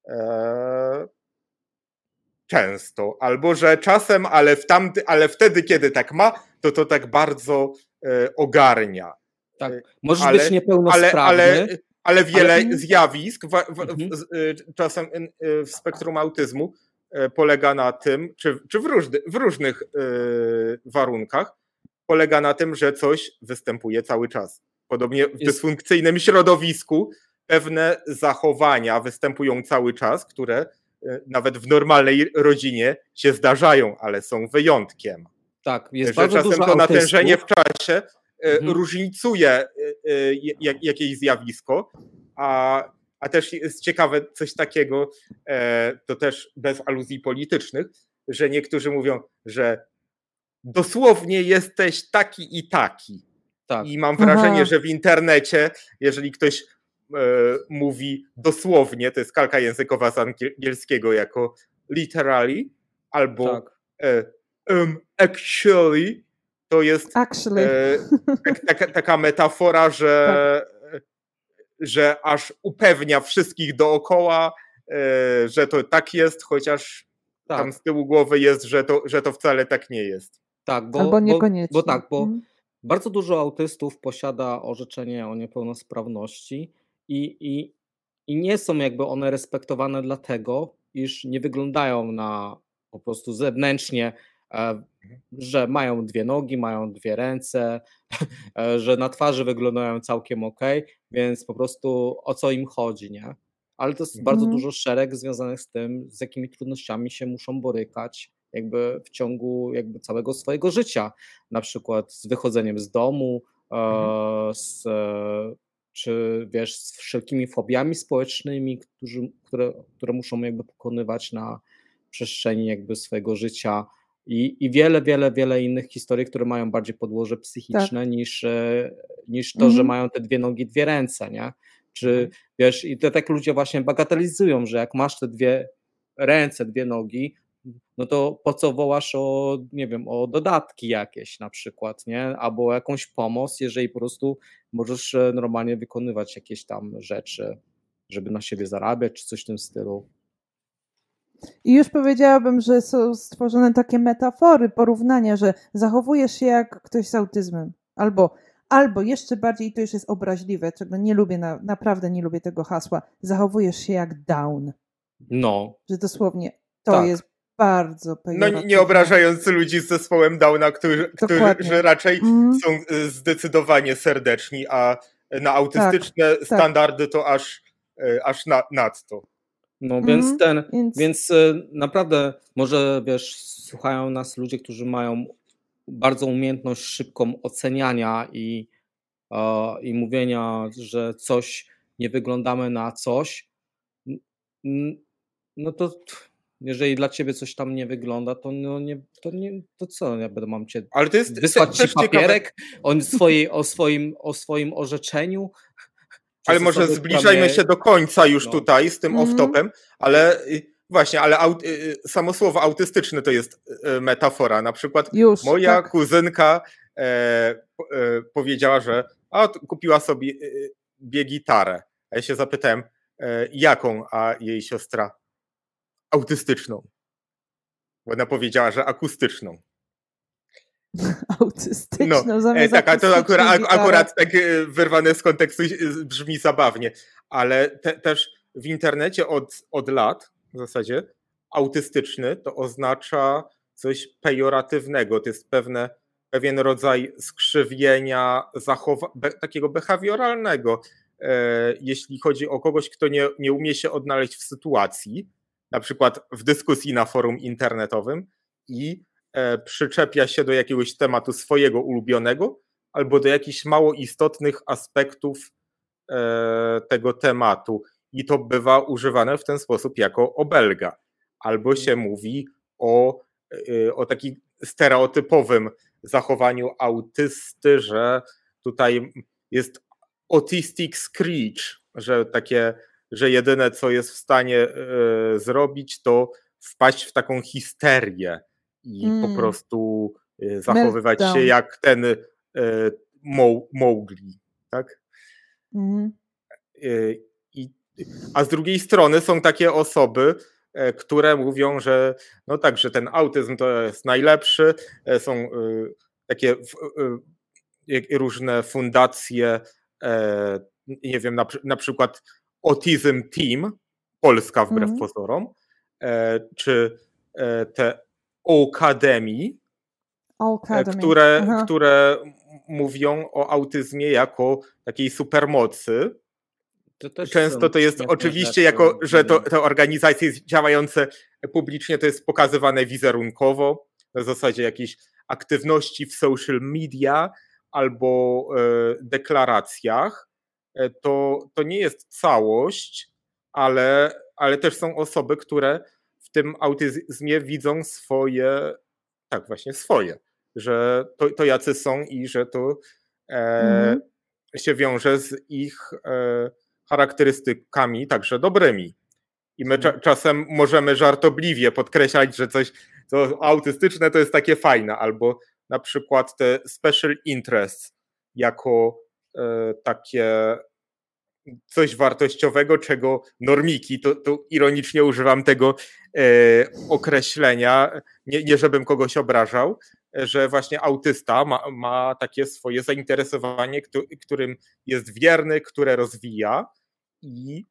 często, albo że czasem, ale wtedy, kiedy tak ma, to tak bardzo ogarnia. Tak, możesz być niepełnosprawny. Ale wiele zjawisk czasem w spektrum autyzmu polega na tym, czy w różnych warunkach, polega na tym, że coś występuje cały czas. Podobnie w dysfunkcyjnym środowisku pewne zachowania występują cały czas, które nawet w normalnej rodzinie się zdarzają, ale są wyjątkiem. Tak, jest że bardzo czasem dużo to autystów. natężenie w czasie różnicuje jakieś zjawisko, a też jest ciekawe coś takiego, to też bez aluzji politycznych, że niektórzy mówią, że dosłownie jesteś taki i taki. Tak. I mam wrażenie, że w internecie, jeżeli ktoś mówi dosłownie, to jest kalka językowa z angielskiego jako literally, albo actually, to jest taka metafora, że aż upewnia wszystkich dookoła, że to tak jest, chociaż tam z tyłu głowy jest, że to wcale tak nie jest. Tak, albo niekoniecznie. Bo bardzo dużo autystów posiada orzeczenie o niepełnosprawności i nie są jakby one respektowane dlatego, iż nie wyglądają na po prostu zewnętrznie, że mają 2 nogi, mają 2 ręce, że na twarzy wyglądają całkiem okej, więc po prostu o co im chodzi, nie? Ale to jest bardzo dużo szereg związanych z tym, z jakimi trudnościami się muszą borykać jakby w ciągu jakby całego swojego życia, na przykład z wychodzeniem z domu, czy wiesz, z wszelkimi fobiami społecznymi, które muszą jakby pokonywać na przestrzeni jakby swojego życia, I wiele innych historii, które mają bardziej podłoże psychiczne niż to, że mają te 2 nogi, 2 ręce, nie? Czy wiesz, i to tak ludzie właśnie bagatelizują, że jak masz te 2 ręce, 2 nogi, no to po co wołasz o, nie wiem, o dodatki jakieś na przykład, nie? Albo jakąś pomoc, jeżeli po prostu możesz normalnie wykonywać jakieś tam rzeczy, żeby na siebie zarabiać, czy coś w tym stylu. I już powiedziałabym, że są stworzone takie metafory, porównania, że zachowujesz się jak ktoś z autyzmem. Albo jeszcze bardziej, to już jest obraźliwe, czego nie lubię, naprawdę nie lubię tego hasła, zachowujesz się jak Down. No. Że dosłownie to jest bardzo pejoratywne. No nie obrażając ludzi z zespołem Downa, którzy raczej są zdecydowanie serdeczni, a na autystyczne standardy to aż nadto. No więc naprawdę może wiesz, słuchają nas ludzie, którzy mają bardzo umiejętność szybką oceniania i mówienia, że coś nie wyglądamy na coś, no to jeżeli dla ciebie coś tam nie wygląda, to co, ja mam cię wysłać ci papierek o swoim orzeczeniu? Ale może zbliżajmy się do końca już tutaj z tym off-topem, ale właśnie, samo słowo autystyczny to jest metafora. Na przykład moja kuzynka powiedziała, że kupiła sobie gitarę. A ja się zapytałem, jaką, a jej siostra autystyczną. Bo ona powiedziała, że akustyczną. Autystyczną zamiast tak, a to akurat tak wyrwane z kontekstu brzmi zabawnie, ale też w internecie od lat w zasadzie autystyczny to oznacza coś pejoratywnego, to jest pewien rodzaj skrzywienia takiego behawioralnego, jeśli chodzi o kogoś, kto nie umie się odnaleźć w sytuacji, na przykład w dyskusji na forum internetowym i przyczepia się do jakiegoś tematu swojego ulubionego albo do jakichś mało istotnych aspektów tego tematu i to bywa używane w ten sposób jako obelga. Albo się mówi o takim stereotypowym zachowaniu autysty, że tutaj jest autistic screech, że jedyne co jest w stanie zrobić to wpaść w taką histerię i po prostu zachowywać się jak ten Mowgli, tak? A z drugiej strony są takie osoby, które mówią, że no tak, że ten autyzm to jest najlepszy. Są takie różne fundacje, nie wiem, na przykład Autism Team, Polska wbrew pozorom, czy te Academy, które mówią o autyzmie jako takiej supermocy. Często to jest oczywiście jako, że te organizacje działające publicznie to jest pokazywane wizerunkowo, na zasadzie jakiejś aktywności w social media albo deklaracjach. To nie jest całość, ale też są osoby, które w tym autyzmie widzą swoje, że to jacy są i że to się wiąże z ich charakterystykami także dobrymi. I my czasem możemy żartobliwie podkreślać, że coś co autystyczne to jest takie fajne, albo na przykład te special interests jako takie coś wartościowego, czego normiki, to ironicznie używam tego określenia, nie żebym kogoś obrażał, że właśnie autysta ma takie swoje zainteresowanie, którym jest wierny, które rozwija i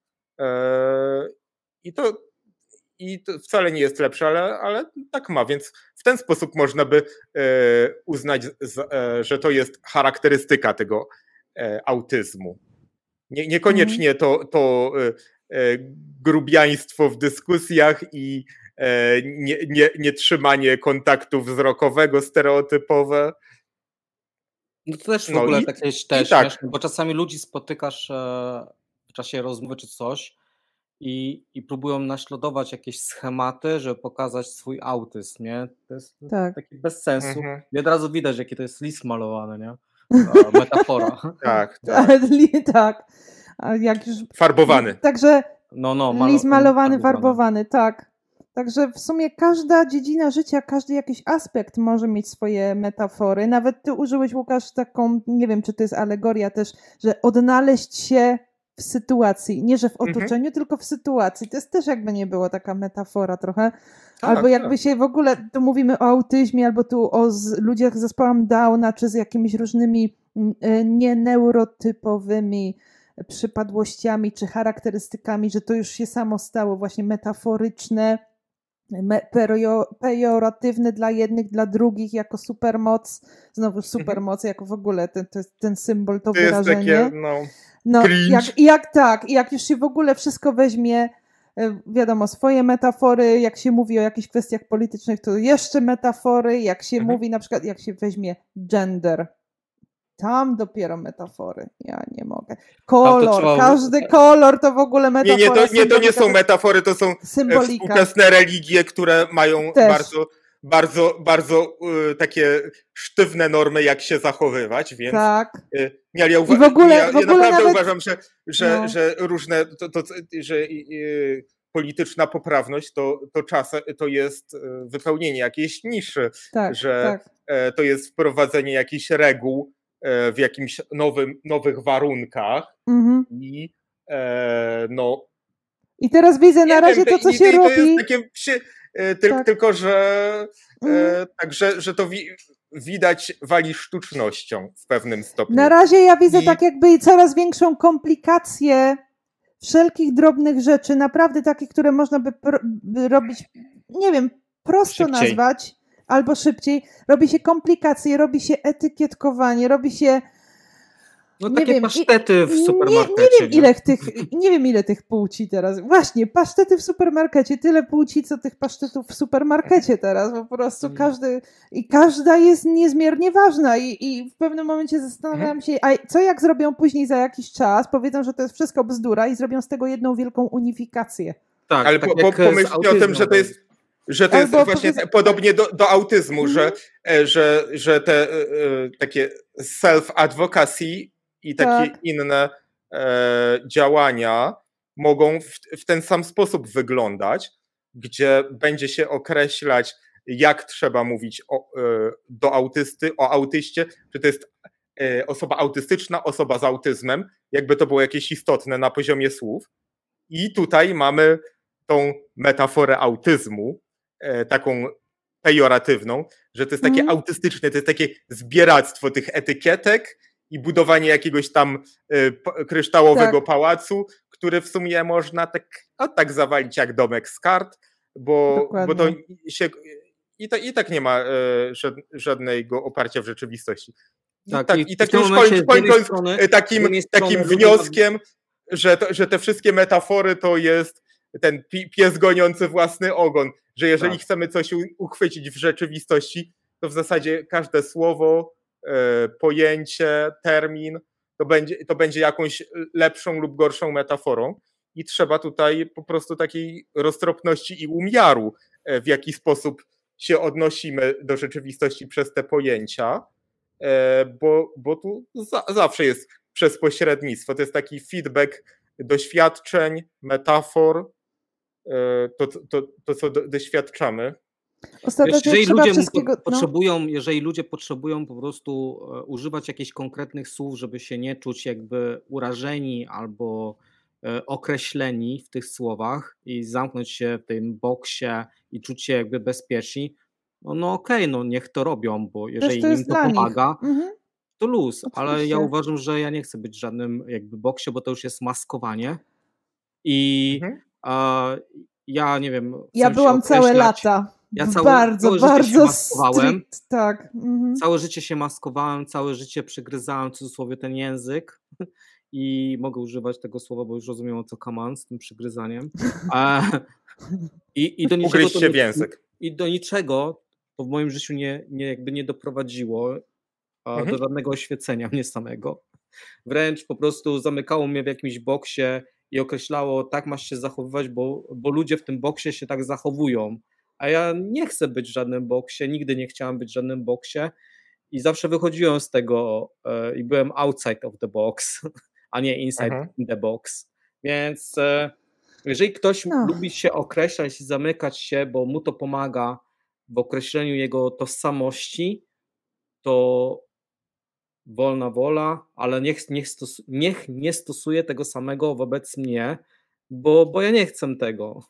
to wcale nie jest lepsze, ale tak ma, więc w ten sposób można by uznać, że to jest charakterystyka tego autyzmu. Niekoniecznie to grubiaństwo w dyskusjach i nie trzymanie kontaktu wzrokowego stereotypowe. No to też w ogóle takie śmieszne, bo czasami ludzi spotykasz w czasie rozmowy czy coś i próbują naśladować jakieś schematy, żeby pokazać swój autyzm, nie? To jest taki bez sensu. I od razu widać, jaki to jest list malowany, nie? Metafora. Tak. Tak. A jak już... Farbowany. Także list malowany, farbowany, tak. Także w sumie każda dziedzina życia, każdy jakiś aspekt może mieć swoje metafory. Nawet ty użyłeś, Łukasz, taką, nie wiem, czy to jest alegoria też, że odnaleźć się w sytuacji, nie że w otoczeniu, tylko w sytuacji. To jest też jakby nie było taka metafora trochę. Albo jakby się w ogóle, tu mówimy o autyzmie, albo tu o ludziach z zespołem Downa, czy z jakimiś różnymi nieneurotypowymi przypadłościami, czy charakterystykami, że to już się samo stało właśnie metaforyczne, pejoratywne dla jednych, dla drugich, jako supermoc, znowu supermoc, jako w ogóle ten symbol, to wyrażenie. Jest takie, jak już się w ogóle wszystko weźmie, wiadomo, swoje metafory, jak się mówi o jakichś kwestiach politycznych, to jeszcze metafory, jak się mówi na przykład, jak się weźmie gender, tam dopiero metafory. Ja nie mogę. Kolor, każdy kolor to w ogóle metafora. To nie są metafory, to są współczesne religie, które mają bardzo takie sztywne normy, jak się zachowywać, więc ja naprawdę uważam, że różne że polityczna poprawność to czasem to jest wypełnienie jakiejś niszy, to jest wprowadzenie jakichś reguł w jakimś nowych warunkach i teraz widzę na razie to, co się robi. To jest takie tylko, że że to widać wali sztucznością w pewnym stopniu. Na razie ja widzę tak jakby coraz większą komplikację wszelkich drobnych rzeczy, naprawdę takich, które można by robić, nie wiem, prosto nazwać, albo szybciej. Robi się komplikacje, robi się etykietkowanie, robi się... takie pasztety w supermarkecie. Nie wiem ile tych płci teraz. Właśnie, pasztety w supermarkecie. Tyle płci, co tych pasztetów w supermarkecie teraz. Po prostu każda jest niezmiernie ważna i w pewnym momencie zastanawiam się, a co jak zrobią później za jakiś czas, powiedzą, że to jest wszystko bzdura i zrobią z tego jedną wielką unifikację. Tak, ale pomyślcie o tym, że to jest właśnie podobnie do autyzmu, że te takie self-advocacy i takie inne działania mogą w ten sam sposób wyglądać, gdzie będzie się określać, jak trzeba mówić do autysty, o autyście, czy to jest osoba autystyczna, osoba z autyzmem, jakby to było jakieś istotne na poziomie słów. I tutaj mamy tą metaforę autyzmu, taką pejoratywną, że to jest takie autystyczne, to jest takie zbieractwo tych etykietek i budowanie jakiegoś tam kryształowego pałacu, który w sumie można tak zawalić jak domek z kart, bo to się i tak nie ma żadnego oparcia w rzeczywistości. I tak już kończąc takim wnioskiem, że te wszystkie metafory to jest ten pies goniący własny ogon, że jeżeli chcemy coś uchwycić w rzeczywistości, to w zasadzie każde słowo, pojęcie, termin to będzie jakąś lepszą lub gorszą metaforą i trzeba tutaj po prostu takiej roztropności i umiaru, w jaki sposób się odnosimy do rzeczywistości przez te pojęcia, bo tu zawsze jest przez pośrednictwo, to jest taki feedback doświadczeń, metafor, to co doświadczamy. Jeżeli ludzie potrzebują po prostu używać jakichś konkretnych słów, żeby się nie czuć jakby urażeni albo określeni w tych słowach i zamknąć się w tym boksie i czuć się jakby bezpieczni, okej, niech to robią, bo jeżeli im to pomaga, to luz, ale ja uważam, że ja nie chcę być w żadnym jakby boksie, bo to już jest maskowanie i ja nie wiem. Ja byłam całe lata. Ja bardzo życie się maskowałem. Tak. Całe życie się maskowałem, całe życie przygryzałem w cudzysłowie ten język i mogę używać tego słowa, bo już rozumiem, o co kaman z tym przygryzaniem. I do niczego się w język. I do niczego to w moim życiu nie doprowadziło do żadnego oświecenia mnie samego. Wręcz po prostu zamykało mnie w jakimś boksie i określało, tak masz się zachowywać, bo ludzie w tym boksie się tak zachowują. A ja nie chcę być w żadnym boksie, nigdy nie chciałem być w żadnym boksie i zawsze wychodziłem z tego i byłem outside of the box, a nie inside the box. Więc jeżeli ktoś lubi się określać i zamykać się, bo mu to pomaga w określeniu jego tożsamości, to wolna wola, ale niech nie stosuje tego samego wobec mnie, bo ja nie chcę tego.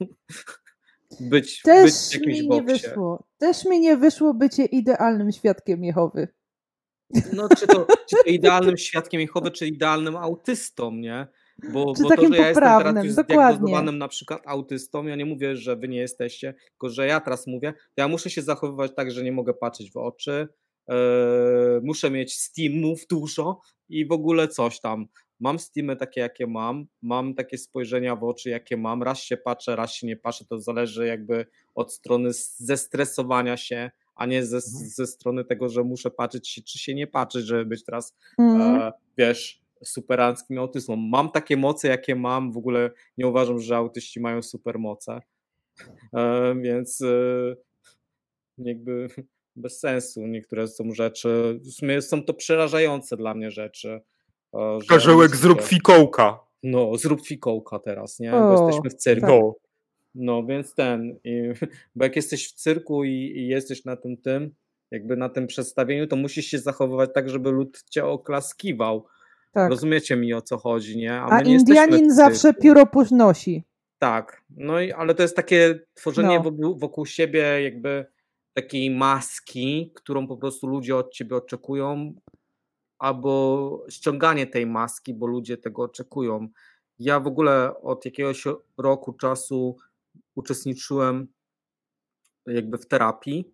Być w jakimś boksie. Też mi nie wyszło bycie idealnym świadkiem Jehowy. No, czy to idealnym świadkiem Jehowy, czy idealnym autystą, nie? Bo to, że ja jestem teraz już zdiagnozowanym na przykład autystą, ja nie mówię, że wy nie jesteście, tylko że ja teraz mówię, to ja muszę się zachowywać tak, że nie mogę patrzeć w oczy, muszę mieć steamów dużo i w ogóle coś tam. Mam steamy takie, jakie mam takie spojrzenia w oczy, jakie mam, raz się patrzę, raz się nie patrzę, to zależy jakby od strony zestresowania się, a nie ze strony tego, że muszę patrzeć się, czy się nie patrzeć, żeby być teraz, wiesz, superanckim autystą. Mam takie moce, jakie mam, w ogóle nie uważam, że autyści mają supermoce, więc jakby bez sensu niektóre są rzeczy, w sumie są to przerażające dla mnie rzeczy. Karzełek, zrób fikołka. No, zrób fikołka teraz, nie? Bo jesteśmy w cyrku. Tak. No, więc bo jak jesteś w cyrku i jesteś jakby na tym przedstawieniu, to musisz się zachowywać tak, żeby lud cię oklaskiwał. Tak. Rozumiecie mi, o co chodzi, nie? A nie Indianin zawsze pióropusz nosi. Tak, no ale to jest takie tworzenie wokół siebie jakby takiej maski, którą po prostu ludzie od ciebie oczekują, albo ściąganie tej maski, bo ludzie tego oczekują. Ja w ogóle od jakiegoś roku czasu uczestniczyłem jakby w terapii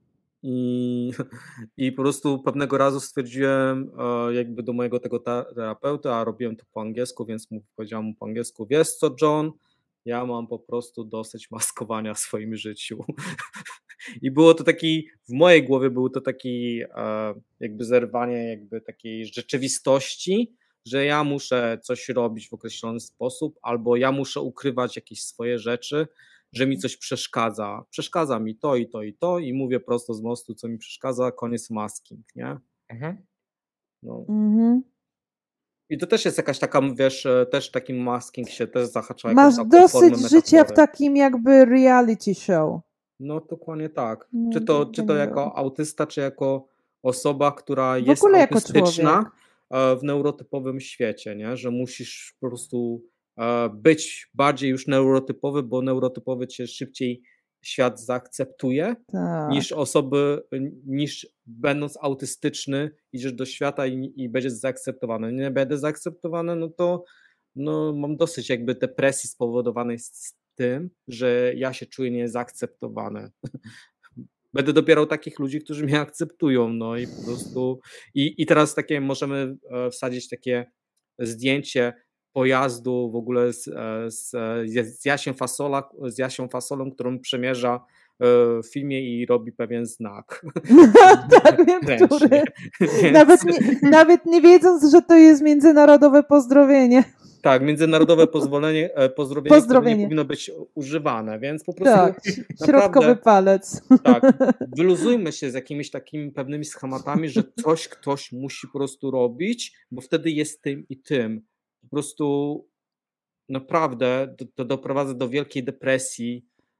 i po prostu pewnego razu stwierdziłem jakby do mojego tego terapeuta, a robiłem to po angielsku, więc powiedziałem mu po angielsku, wiesz co, John, ja mam po prostu dosyć maskowania w swoim życiu. I było to w mojej głowie było to taki jakby zerwanie jakby takiej rzeczywistości, że ja muszę coś robić w określony sposób, albo ja muszę ukrywać jakieś swoje rzeczy, że mi coś przeszkadza. Przeszkadza mi to i to i to i mówię prosto z mostu, co mi przeszkadza, koniec masking, nie? No. I to też jest jakaś taka, wiesz, też taki masking się też zahacza. Masz dosyć życia w takim jakby reality show. No dokładnie tak. Czy to jako autysta, czy jako osoba, która jest autystyczna w neurotypowym świecie, nie? Że musisz po prostu być bardziej już neurotypowy, bo neurotypowy cię szybciej świat zaakceptuje niż będąc autystyczny idziesz do świata i będziesz zaakceptowany. Nie będę zaakceptowany, no to mam dosyć jakby depresji spowodowanej z tym, że ja się czuję niezaakceptowany. Będę dobierał takich ludzi, którzy mnie akceptują, no i po prostu i teraz takie możemy wsadzić takie zdjęcie pojazdu w ogóle z Jasią Fasolą, którą przemierza w filmie i robi pewien znak. Tak, wiem, który. Nawet nie wiedząc, że to jest międzynarodowe pozdrowienie. Tak, międzynarodowe pozdrowienie nie powinno być używane, więc po prostu środkowy palec. Tak, wyluzujmy się z jakimiś takimi pewnymi schematami, że ktoś musi po prostu robić, bo wtedy jest tym i tym. Po prostu naprawdę to doprowadza do wielkiej depresji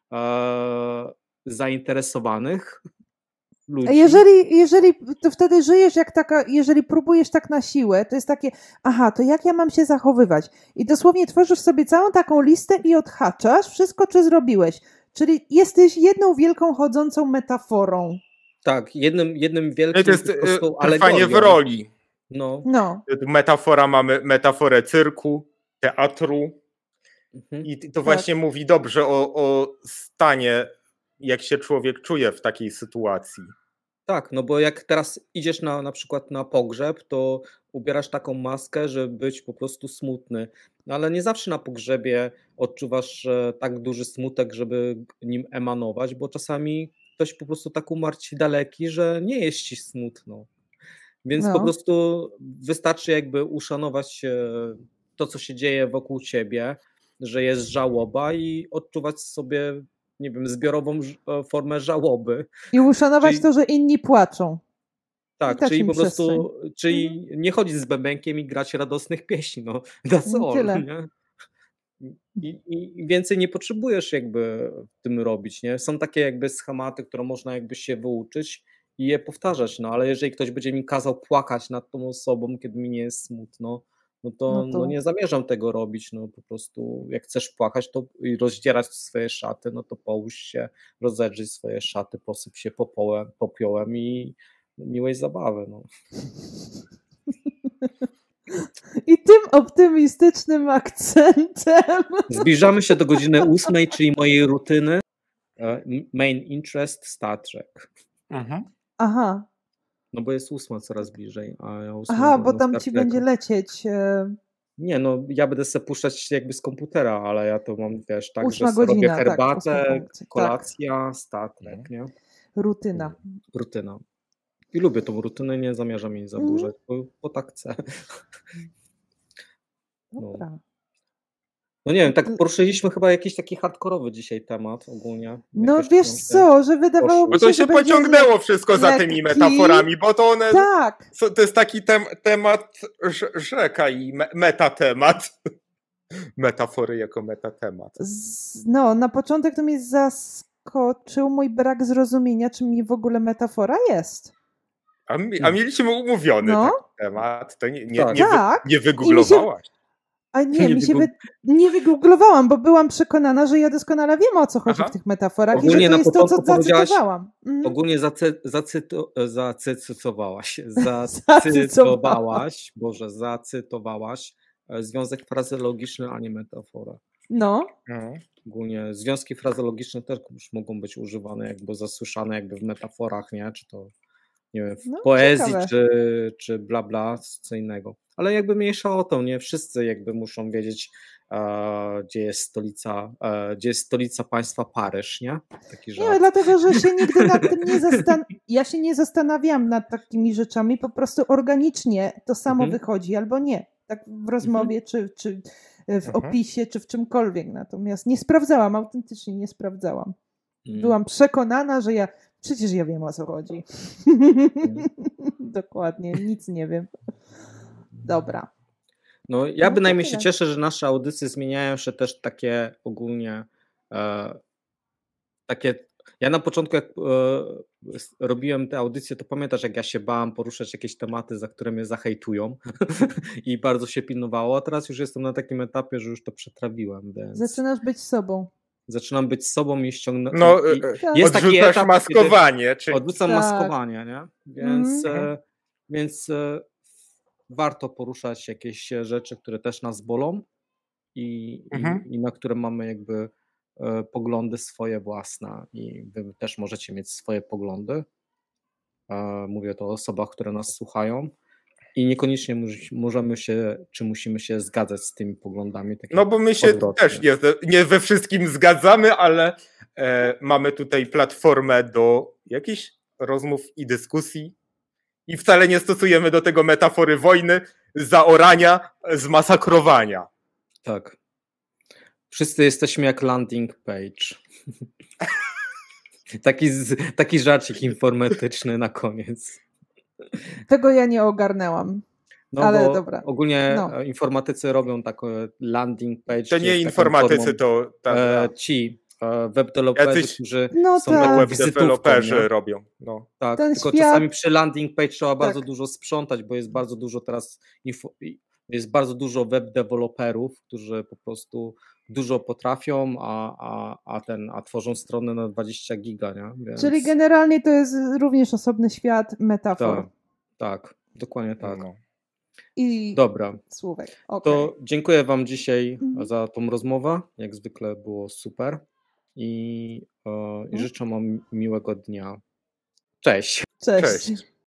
zainteresowanych ludzi. Jeżeli to wtedy żyjesz jeżeli próbujesz tak na siłę, to jest takie, to jak ja mam się zachowywać? I dosłownie tworzysz sobie całą taką listę i odhaczasz wszystko, co zrobiłeś. Czyli jesteś jedną wielką chodzącą metaforą. Tak, jednym wielkim to jest trwanie w roli. No. Metafora, mamy metaforę cyrku, teatru i to właśnie mówi dobrze o stanie, jak się człowiek czuje w takiej sytuacji. Tak, no bo jak teraz idziesz na przykład na pogrzeb, to ubierasz taką maskę, żeby być po prostu smutny, ale nie zawsze na pogrzebie odczuwasz tak duży smutek, żeby nim emanować, bo czasami ktoś po prostu tak umarł ci daleki, że nie jest ci smutno. Więc po prostu wystarczy jakby uszanować to, co się dzieje wokół ciebie że jest żałoba i odczuwać sobie, nie wiem, zbiorową formę żałoby. I uszanować Czyli- to, że inni płaczą. Tak, dać czyli im po prostu, przestrzeń. czyli nie chodzić z bębenkiem i grać radosnych pieśni, no that's all, Tyle. nie? I więcej nie potrzebujesz jakby w tym robić, nie? Są takie jakby schematy, które można jakby się wyuczyć i je powtarzać, no ale jeżeli ktoś będzie mi kazał płakać nad tą osobą, kiedy mi nie jest smutno, no nie zamierzam tego robić, no po prostu jak chcesz płakać to i rozdzierać swoje szaty, no to połóż się, rozedrzyj swoje szaty, posyp się popiołem i miłej zabawy, no. I tym optymistycznym akcentem. Zbliżamy się do godziny 8, czyli mojej rutyny. Main interest Star Trek. Aha. No bo jest 8 coraz bliżej, a ja 8 Aha, bo oglądam tam Star ci Treka. będzie lecieć. Nie, no ja będę sobie puszczać jakby z komputera, ale ja to mam, wiesz, tak, 8 że sobie robię godzina, tak, herbatę, ósma funkcja, kolacja, Star Trek, nie? Rutyna. Rutyna. I lubię tą rutynę, nie zamierzam jej zaburzać, bo tak chcę. Dobra. No nie wiem, tak poruszyliśmy chyba jakiś taki hardkorowy dzisiaj temat ogólnie. No Jakieś wiesz tam co, że wydawało Bo mi to się, się że będzie pociągnęło wszystko za tymi lekki. metaforami, bo to one... Tak. To jest taki temat rzeka i metatemat. Metafory jako metatemat. No, na początek to mnie zaskoczył mój brak zrozumienia, czym mi w ogóle metafora jest. A mieliśmy umówiony No. taki temat. To Tak. nie wygooglowałaś. A nie, nie wygooglowałam, bo byłam przekonana, że ja doskonale wiem, o co chodzi w tych metaforach Ogólnie i że na to jest to, co początku powiedziałaś- zacytowałam. Ogólnie zacytowałaś związek frazeologiczny, a nie metafora. No, Ogólnie związki frazeologiczne też już mogą być używane, jakby zasłyszane jakby w metaforach, nie? Czy to nie wiem, w No, poezji, ciekawe. czy bla bla, co innego. Ale jakby mniejsza o to, nie? Wszyscy jakby muszą wiedzieć, gdzie jest stolica państwa Paryż, nie? Taki żart. nie, dlatego, że się nigdy nad tym ja się nie zastanawiam nad takimi rzeczami, po prostu organicznie to samo wychodzi albo nie. Tak w rozmowie, czy w opisie, czy w czymkolwiek. Natomiast nie sprawdzałam, autentycznie nie sprawdzałam. Byłam przekonana, że przecież ja wiem, o co chodzi. Dokładnie, nic nie wiem. Dobra. No ja No bynajmniej to się tyle. cieszę, że nasze audycje zmieniają się też takie ogólnie takie. Ja na początku jak robiłem te audycje, to pamiętasz, jak ja się bałam poruszać jakieś tematy, za które mnie zahejtują i bardzo się pilnowało, a teraz już jestem na takim etapie, że już to przetrawiłem, więc Zaczynasz być sobą. zaczynam być sobą i ściągnąć. No, jest taki odrzucasz etap, maskowanie. kiedy odrzucam Tak. maskowanie, nie? Więc warto poruszać jakieś rzeczy, które też nas bolą i na które mamy jakby poglądy swoje własne i wy też możecie mieć swoje poglądy. Mówię to o osobach, które nas słuchają i niekoniecznie możemy się, czy musimy się zgadzać z tymi poglądami. No bo my się odwrotnie. też nie we wszystkim zgadzamy, ale mamy tutaj platformę do jakichś rozmów i dyskusji i wcale nie stosujemy do tego metafory wojny, zaorania, zmasakrowania. Tak. Wszyscy jesteśmy jak landing page. Taki żarcik informatyczny na koniec. Tego ja nie ogarnęłam. No ale bo dobra. ogólnie informatycy robią taką landing page. To nie informatycy, to ci web developerzy, którzy są tak. web wizytówką, developerzy nie? robią. No. Tak, Ten tylko świat- czasami przy landing page trzeba bardzo Tak. dużo sprzątać, bo jest bardzo dużo teraz jest bardzo dużo web deweloperów, którzy po prostu dużo potrafią, a tworzą strony na 20 giga, nie? Więc... Czyli generalnie to jest również osobny świat metafor. Tak, dokładnie tak. No. I Dobra, słówek. Okay. to dziękuję wam dzisiaj za tą rozmowę. Jak zwykle było super i życzę wam miłego dnia. Cześć. Cześć. Cześć.